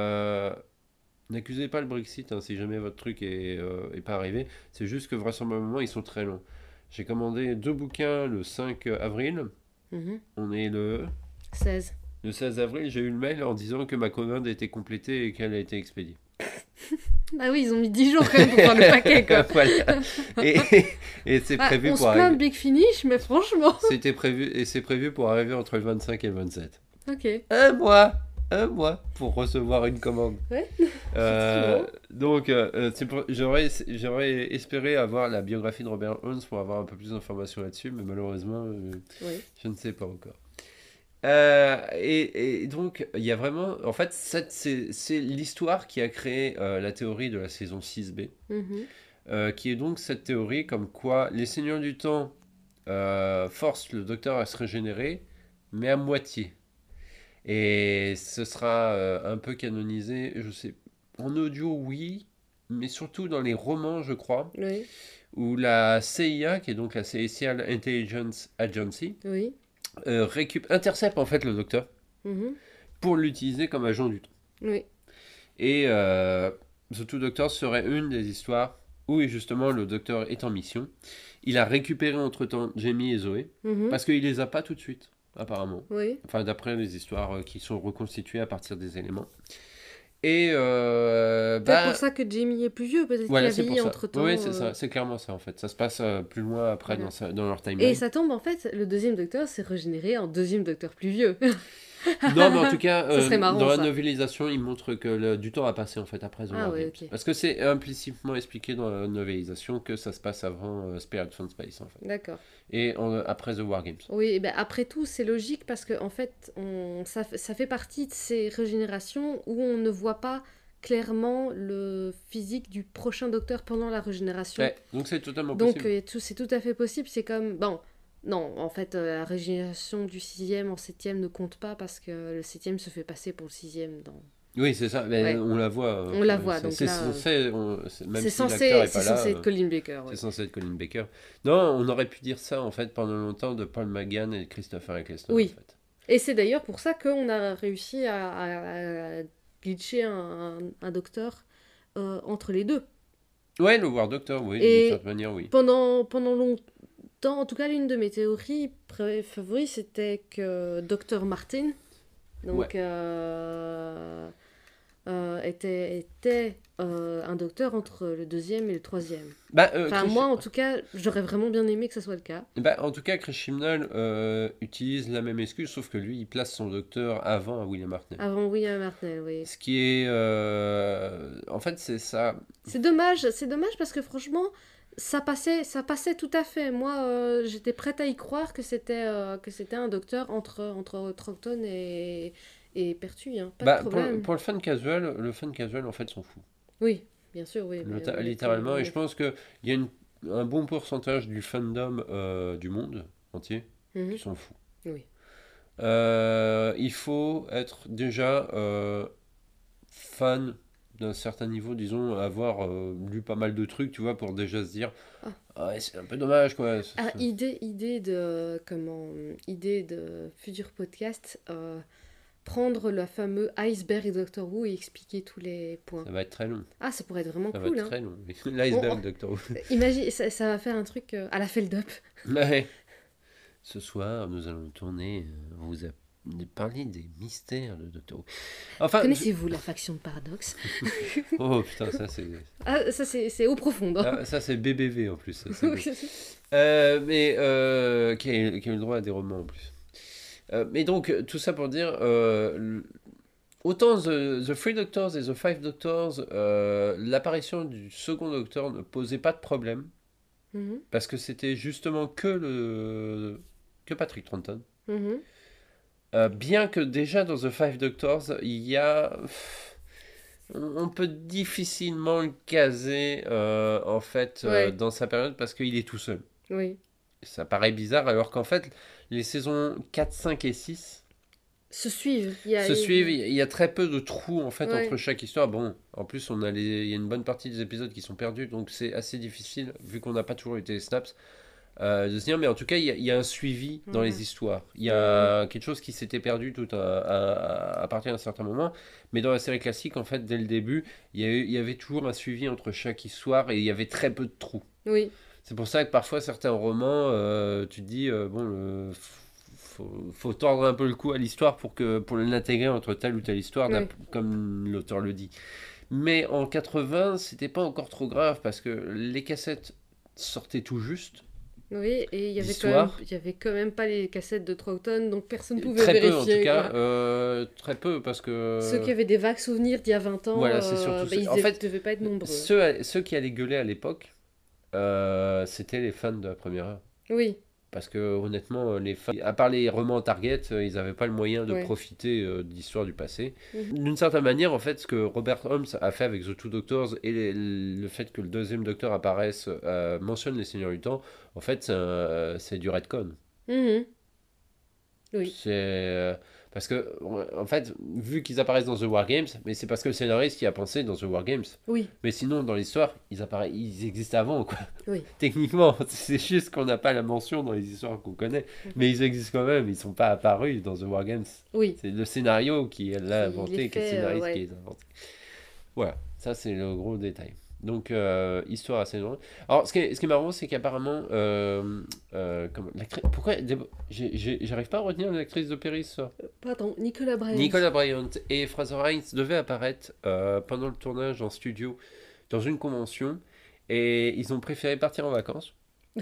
n'accusez pas le Brexit hein, si jamais votre truc est pas arrivé. C'est juste que vraisemblablement, ils sont très longs. J'ai commandé 2 bouquins le 5 avril. Mhm. On est 16. le 16 avril, j'ai eu le mail en disant que ma commande était complétée et qu'elle a été expédiée. Ah oui, ils ont mis 10 jours quand même pour faire le paquet, quoi. Voilà. Et, et c'est Bah, prévu on pour se plaint de arriver. Big Finish, mais franchement. C'était prévu et c'est prévu pour arriver entre le 25 et le 27. Ok. Un mois, un mois pour recevoir une commande. Ouais, Euh, effectivement. donc, j'aurais espéré avoir la biographie de Robert Holmes pour avoir un peu plus d'informations là-dessus, mais malheureusement, Oui. je ne sais pas encore. Et donc, il y a vraiment. En fait, c'est l'histoire qui a créé la théorie de la saison 6B, Mhm. qui est donc cette théorie comme quoi les seigneurs du temps forcent le docteur à se régénérer, mais à moitié. Et ce sera un peu canonisé, je sais. En audio, oui, mais surtout dans les romans, je crois, Oui. où la CIA, qui est donc la Celestial Intelligence Agency, Oui. intercepte en fait le docteur Mhm. pour l'utiliser comme agent du temps. Oui. Et The Two Doctors serait une des histoires où justement le docteur est en mission. Il a récupéré entre-temps Jamie et Zoé, Mhm. parce qu'il les a pas tout de suite, apparemment. Oui. Enfin, d'après les histoires qui sont reconstituées à partir des éléments. Et Peut-être pour ça que Jamie est plus vieux, peut-être qu'il voilà, a c'est pour vieilli ça. entre-temps. Oui, c'est ça, c'est clairement ça en fait. Ça se passe plus loin après Voilà. dans leur Et timeline. ça tombe en fait, le deuxième docteur s'est régénéré en deuxième docteur plus vieux. Non, mais en tout cas, Ça serait marrant, dans la ça. novélisation, il montre que du temps a passé en fait après The Ah War ouais, Games. ok. Parce que c'est implicitement expliqué dans la novélisation que ça se passe avant Spirit from Space en fait. D'accord. Et après The War Games. Oui, et ben après tout, c'est logique parce que en fait, ça fait partie de ces régénérations où on ne voit pas clairement le physique du prochain docteur pendant la régénération. Ouais, donc c'est totalement Donc possible. c'est tout à fait possible. C'est comme... Bon, non, en fait, la régénération du sixième en septième ne compte pas parce que le septième se fait passer pour le sixième dans... Oui, c'est ça, mais Ouais, on la voit. on la voit, donc c'est là... censé, même C'est si l'acteur est pas là, censé être Colin Baker, c'est oui. censé être Colin Baker. Non, on aurait pu dire ça en fait pendant longtemps de Paul McGann et Christopher Eccleston en Oui. fait. Et c'est d'ailleurs pour ça qu'on a réussi à glitcher un docteur entre les deux. Ouais, le War Doctor, oui, d'une Et certaine manière, oui. pendant longtemps, en tout cas, l'une de mes théories favoris, c'était que Dr. Martin donc, Ouais. était un docteur entre le deuxième et le troisième. Bah, Enfin, moi, en tout cas, j'aurais vraiment bien aimé que ce soit le cas. bah, en tout cas, Chris Chibnall utilise la même excuse, sauf que lui, il place son docteur avant William Hartnell. Avant William Hartnell, oui. Ce qui est... en fait, c'est ça. C'est dommage parce que franchement, ça passait tout à fait. Moi, j'étais prête à y croire que c'était un docteur entre Troughton et Pertwee, hein. Pas de Bah, problème. pour le fan casual, en fait, s'en fout. Oui, bien sûr, oui. Mais Littéralement, et mais- je pense qu'il y a un bon pourcentage du fandom du monde entier Mhm. qui s'en fout. Oui. Il faut être déjà fan d'un certain niveau, disons, avoir lu pas mal de trucs, tu vois, pour déjà se dire, Ah, ah ouais, c'est un peu dommage, quoi. ah, idée de futur podcast, prendre le fameux iceberg et Doctor Who et expliquer tous les points. Ça va être très long. Ah, ça pourrait être vraiment Ça va cool, être hein. très long. On- L'iceberg, on- Doctor Who. Imagine, ça va faire un truc à la Feldup. Ouais. Ce soir, nous allons tourner, on vous a parlé des mystères de Doctor Who. Enfin, Connaissez-vous la faction de Paradox? oh putain, ça c'est... Ah, ça c'est au profond. Hein. Ah, ça c'est BBV en plus. Ça, c'est Oui, beau. c'est- Mais qui a eu le droit à des romans en plus. Mais donc, tout ça pour dire, autant The Three Doctors et The Five Doctors, l'apparition du second Docteur ne posait pas de problème, Mhm, parce que c'était justement que Patrick Troughton. mhm. Bien que déjà dans The Five Doctors, il y a... On peut difficilement le caser en fait Ouais, dans sa période parce qu'il est tout seul. oui. Ça paraît bizarre alors qu'en fait les saisons 4, 5 et 6 Se suivent. se suivent, il y a très peu de trous en fait Ouais. entre chaque histoire. Bon, en plus il y a une bonne partie des épisodes qui sont perdus donc c'est assez difficile vu qu'on n'a pas toujours eu les snaps de se dire mais en tout cas il y a un suivi dans Mhm. les histoires. Il y a quelque chose qui s'était perdu à partir d'un certain moment mais dans la série classique en fait dès le début il y avait toujours un suivi entre chaque histoire et il y avait très peu de trous. Oui. C'est pour ça que parfois certains romans, tu te dis, bon, faut tordre un peu le cou à l'histoire pour l'intégrer entre telle ou telle histoire, Ouais. comme l'auteur le dit. Mais en 80, c'était pas encore trop grave parce que les cassettes sortaient tout juste. Oui, et L'histoire. il y avait quand même pas les cassettes de Troughton, donc personne ne pouvait Très peu en vérifier. tout cas, Quoi. très peu parce que... Ceux qui avaient des vagues souvenirs d'il y a 20 ans, Voilà, c'est surtout ça. ils En fait, devaient pas être nombreux. ceux qui allaient gueuler à l'époque, c'était les fans de la première heure. Oui, Parce que honnêtement, les fans, à part les romans Target, ils n'avaient pas le moyen de Ouais. profiter de l'histoire du passé. Mhm. D'une certaine manière, en fait, ce que Robert Holmes a fait avec The Two Doctors et le fait que le deuxième Docteur apparaisse, mentionne les Seigneurs du Temps, en fait, c'est du retcon. Mhm. Oui. C'est parce que, en fait, vu qu'ils apparaissent dans The War Games, mais c'est parce que le scénariste qui a pensé dans The War Games. Oui, Mais sinon, dans l'histoire, ils existent avant, quoi. oui. Techniquement, c'est juste qu'on n'a pas la mention dans les histoires qu'on connaît, mais ils existent quand même, ils sont pas apparus dans The War Games. Oui. C'est le scénario qui l'a Qui inventé, les qui est le fait, scénariste ouais. qui les a inventés. Voilà, ça c'est le gros détail. Donc, histoire assez drôle. Alors, ce qui est marrant, c'est qu'apparemment, pourquoi j'arrive pas à retenir l'actrice de Péris, ça. Pardon, Nicolas Bryant. Nicola Bryant et Fraser Hines devaient apparaître pendant le tournage en studio dans une convention et ils ont préféré partir en vacances.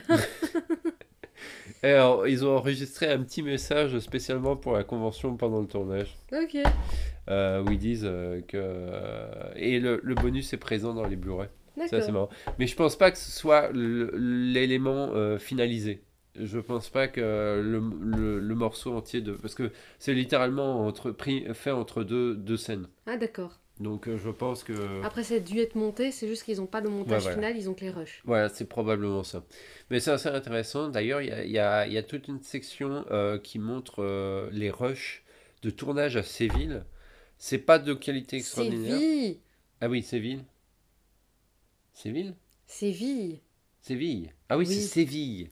Et alors, ils ont enregistré un petit message spécialement pour la convention pendant le tournage Ok. où ils disent et le bonus est présent dans les Blu-ray. Ça, c'est D'accord. marrant. Mais je pense pas que ce soit l'élément finalisé. Je pense pas que le morceau entier de. Parce que c'est littéralement fait entre deux scènes. Ah, d'accord. Donc je pense que. Après, c'est dû être monté, c'est juste qu'ils n'ont pas le montage Ouais, voilà. final, ils ont que les rushs. Voilà, c'est probablement ça. Mais c'est assez intéressant. D'ailleurs, il y a toute une section qui montre les rushs de tournage à Séville. C'est pas de qualité extraordinaire. Séville. Ah oui, Séville. Séville Séville. Séville. Ah oui, Oui. c'est Séville.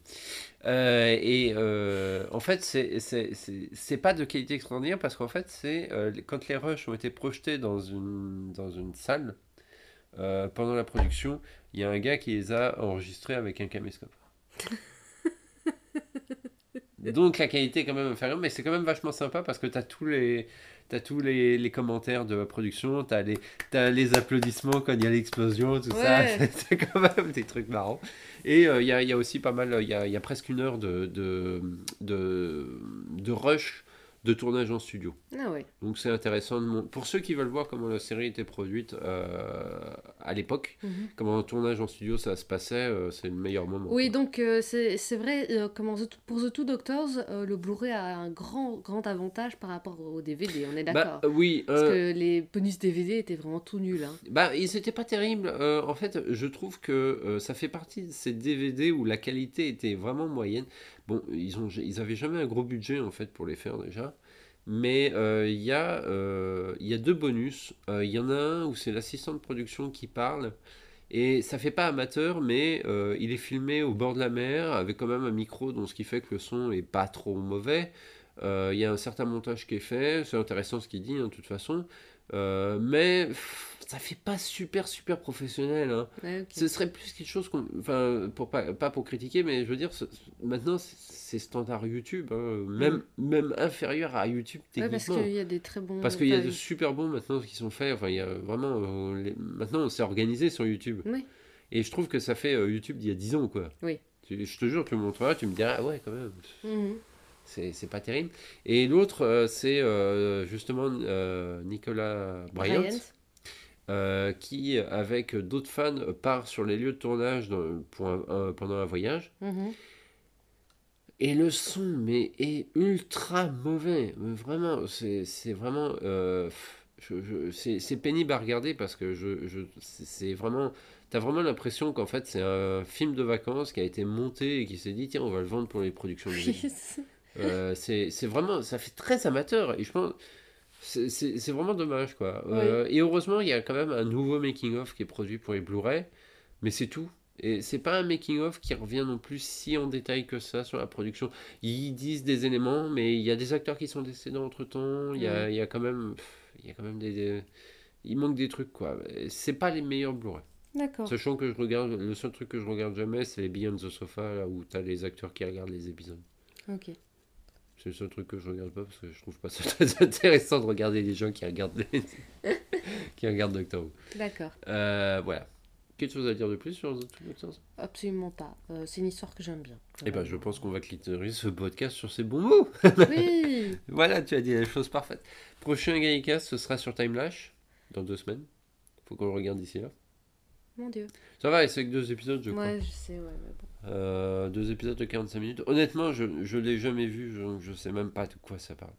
En fait, c'est pas de qualité extraordinaire parce qu'en fait, c'est quand les rushs ont été projetés dans une salle pendant la production, il y a un gars qui les a enregistrés avec un caméscope. Donc la qualité est quand même inférieure, mais c'est quand même vachement sympa parce que t'as tous les commentaires de la production, t'as les applaudissements quand il y a l'explosion, tout ça, Ouais. c'est quand même des trucs marrants. Et il y a aussi pas mal, il y a presque une heure de rush de tournage en studio. Ah ouais. Donc c'est intéressant pour ceux qui veulent voir comment la série était produite à l'époque, comment le tournage en studio ça se passait, c'est le meilleur moment. Oui, quoi. donc c'est vrai, pour The Two Doctors, le Blu-ray a un grand avantage par rapport au DVD, on est d'accord. Oui. Parce que les bonus DVD étaient vraiment tout nuls. Hein. Ils étaient pas terribles. En fait, je trouve que ça fait partie de ces DVD où la qualité était vraiment moyenne. Bon, ils avaient jamais un gros budget en fait pour les faire déjà. Mais il y a deux bonus. Il y en a un où c'est l'assistant de production qui parle. Et ça fait pas amateur, mais il est filmé au bord de la mer avec quand même un micro, donc ce qui fait que le son est pas trop mauvais. Il y a un certain montage qui est fait, c'est intéressant ce qu'il dit, hein, de toute façon. Mais ça fait pas super professionnel. Hein. Ouais, ok. Ce serait plus quelque chose enfin, pas pour critiquer, mais je veux dire, maintenant c'est standard YouTube, hein, même inférieur à YouTube Ouais, parce techniquement. qu'il y a des très bons. Parce qu'il y a de super bons maintenant qui sont faits. Enfin, il y a vraiment. Maintenant, on s'est organisé sur YouTube. Oui. Et je trouve que ça fait YouTube d'il y a 10 ans, quoi. Oui. Je te jure, tu me montreras, tu me diras, ah ouais, quand même. Mhm. C'est pas terrible. Et l'autre, c'est justement Nicolas Bryant, qui, avec d'autres fans, part sur les lieux de tournage pendant un voyage. Mhm. Et le son, mais est ultra mauvais. Vraiment, c'est vraiment. C'est pénible à regarder parce que c'est vraiment. T'as vraiment l'impression qu'en fait, c'est un film de vacances qui a été monté et qui s'est dit, tiens, on va le vendre pour les productions de DVD. C'est vraiment. Ça fait très amateur. Et je pense. C'est vraiment dommage, quoi. Oui. Et heureusement, il y a quand même un nouveau making-of qui est produit pour les Blu-ray. Mais c'est tout. Et c'est pas un making-of qui revient non plus si en détail que ça sur la production. Ils disent des éléments, mais il y a des acteurs qui sont décédés entre-temps. Il y a quand même, il y a quand même il manque des trucs, quoi. C'est pas les meilleurs Blu-ray. D'accord. Sachant que le seul truc que je regarde jamais, c'est les Beyond the Sofa, là où t'as les acteurs qui regardent les épisodes. Ok. C'est le seul truc que je regarde pas parce que je trouve pas ça très intéressant de regarder les gens qui regardent qui regardent Doctor Who. D'accord. Voilà. Quelque chose à dire de plus sur The Two Doctors? Absolument pas. C'est une histoire que j'aime bien. Eh ben, je pense qu'on va clôturer ce podcast sur ces bons mots. Oui. Voilà, tu as dit la chose parfaite. Prochain Gaïcast, ce sera sur Time Lash, dans 2 semaines. Faut qu'on le regarde d'ici là. Mon Dieu. Ça va, c'est que 2 épisodes, je crois. Ouais, je sais, ouais, mais bon. 2 épisodes de 45 minutes. Honnêtement, je l'ai jamais vu, je sais même pas de quoi ça parle.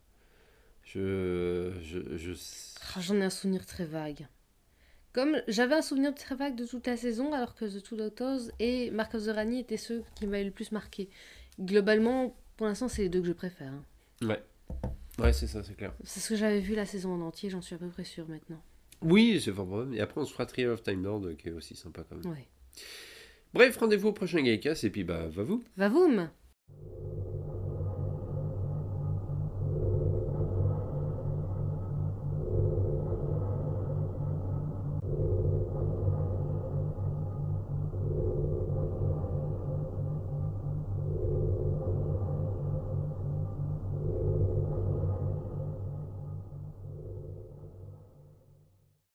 Ah, j'en ai un souvenir très vague. Comme j'avais un souvenir très vague de toute la saison, alors que The Two Doctors et Mark of the Rani étaient ceux qui m'avaient le plus marqué. Globalement, pour l'instant, c'est les deux que je préfère. Hein. Ouais, c'est ça, c'est clair. C'est ce que j'avais vu la saison en entier, j'en suis à peu près sûre maintenant. Oui, c'est pas un problème. Et après, on se fera Trial of Time Lord, qui est aussi sympa quand même. Ouais. Bref, rendez-vous au prochain Gaïcast, et puis bah, va vous. Va-vous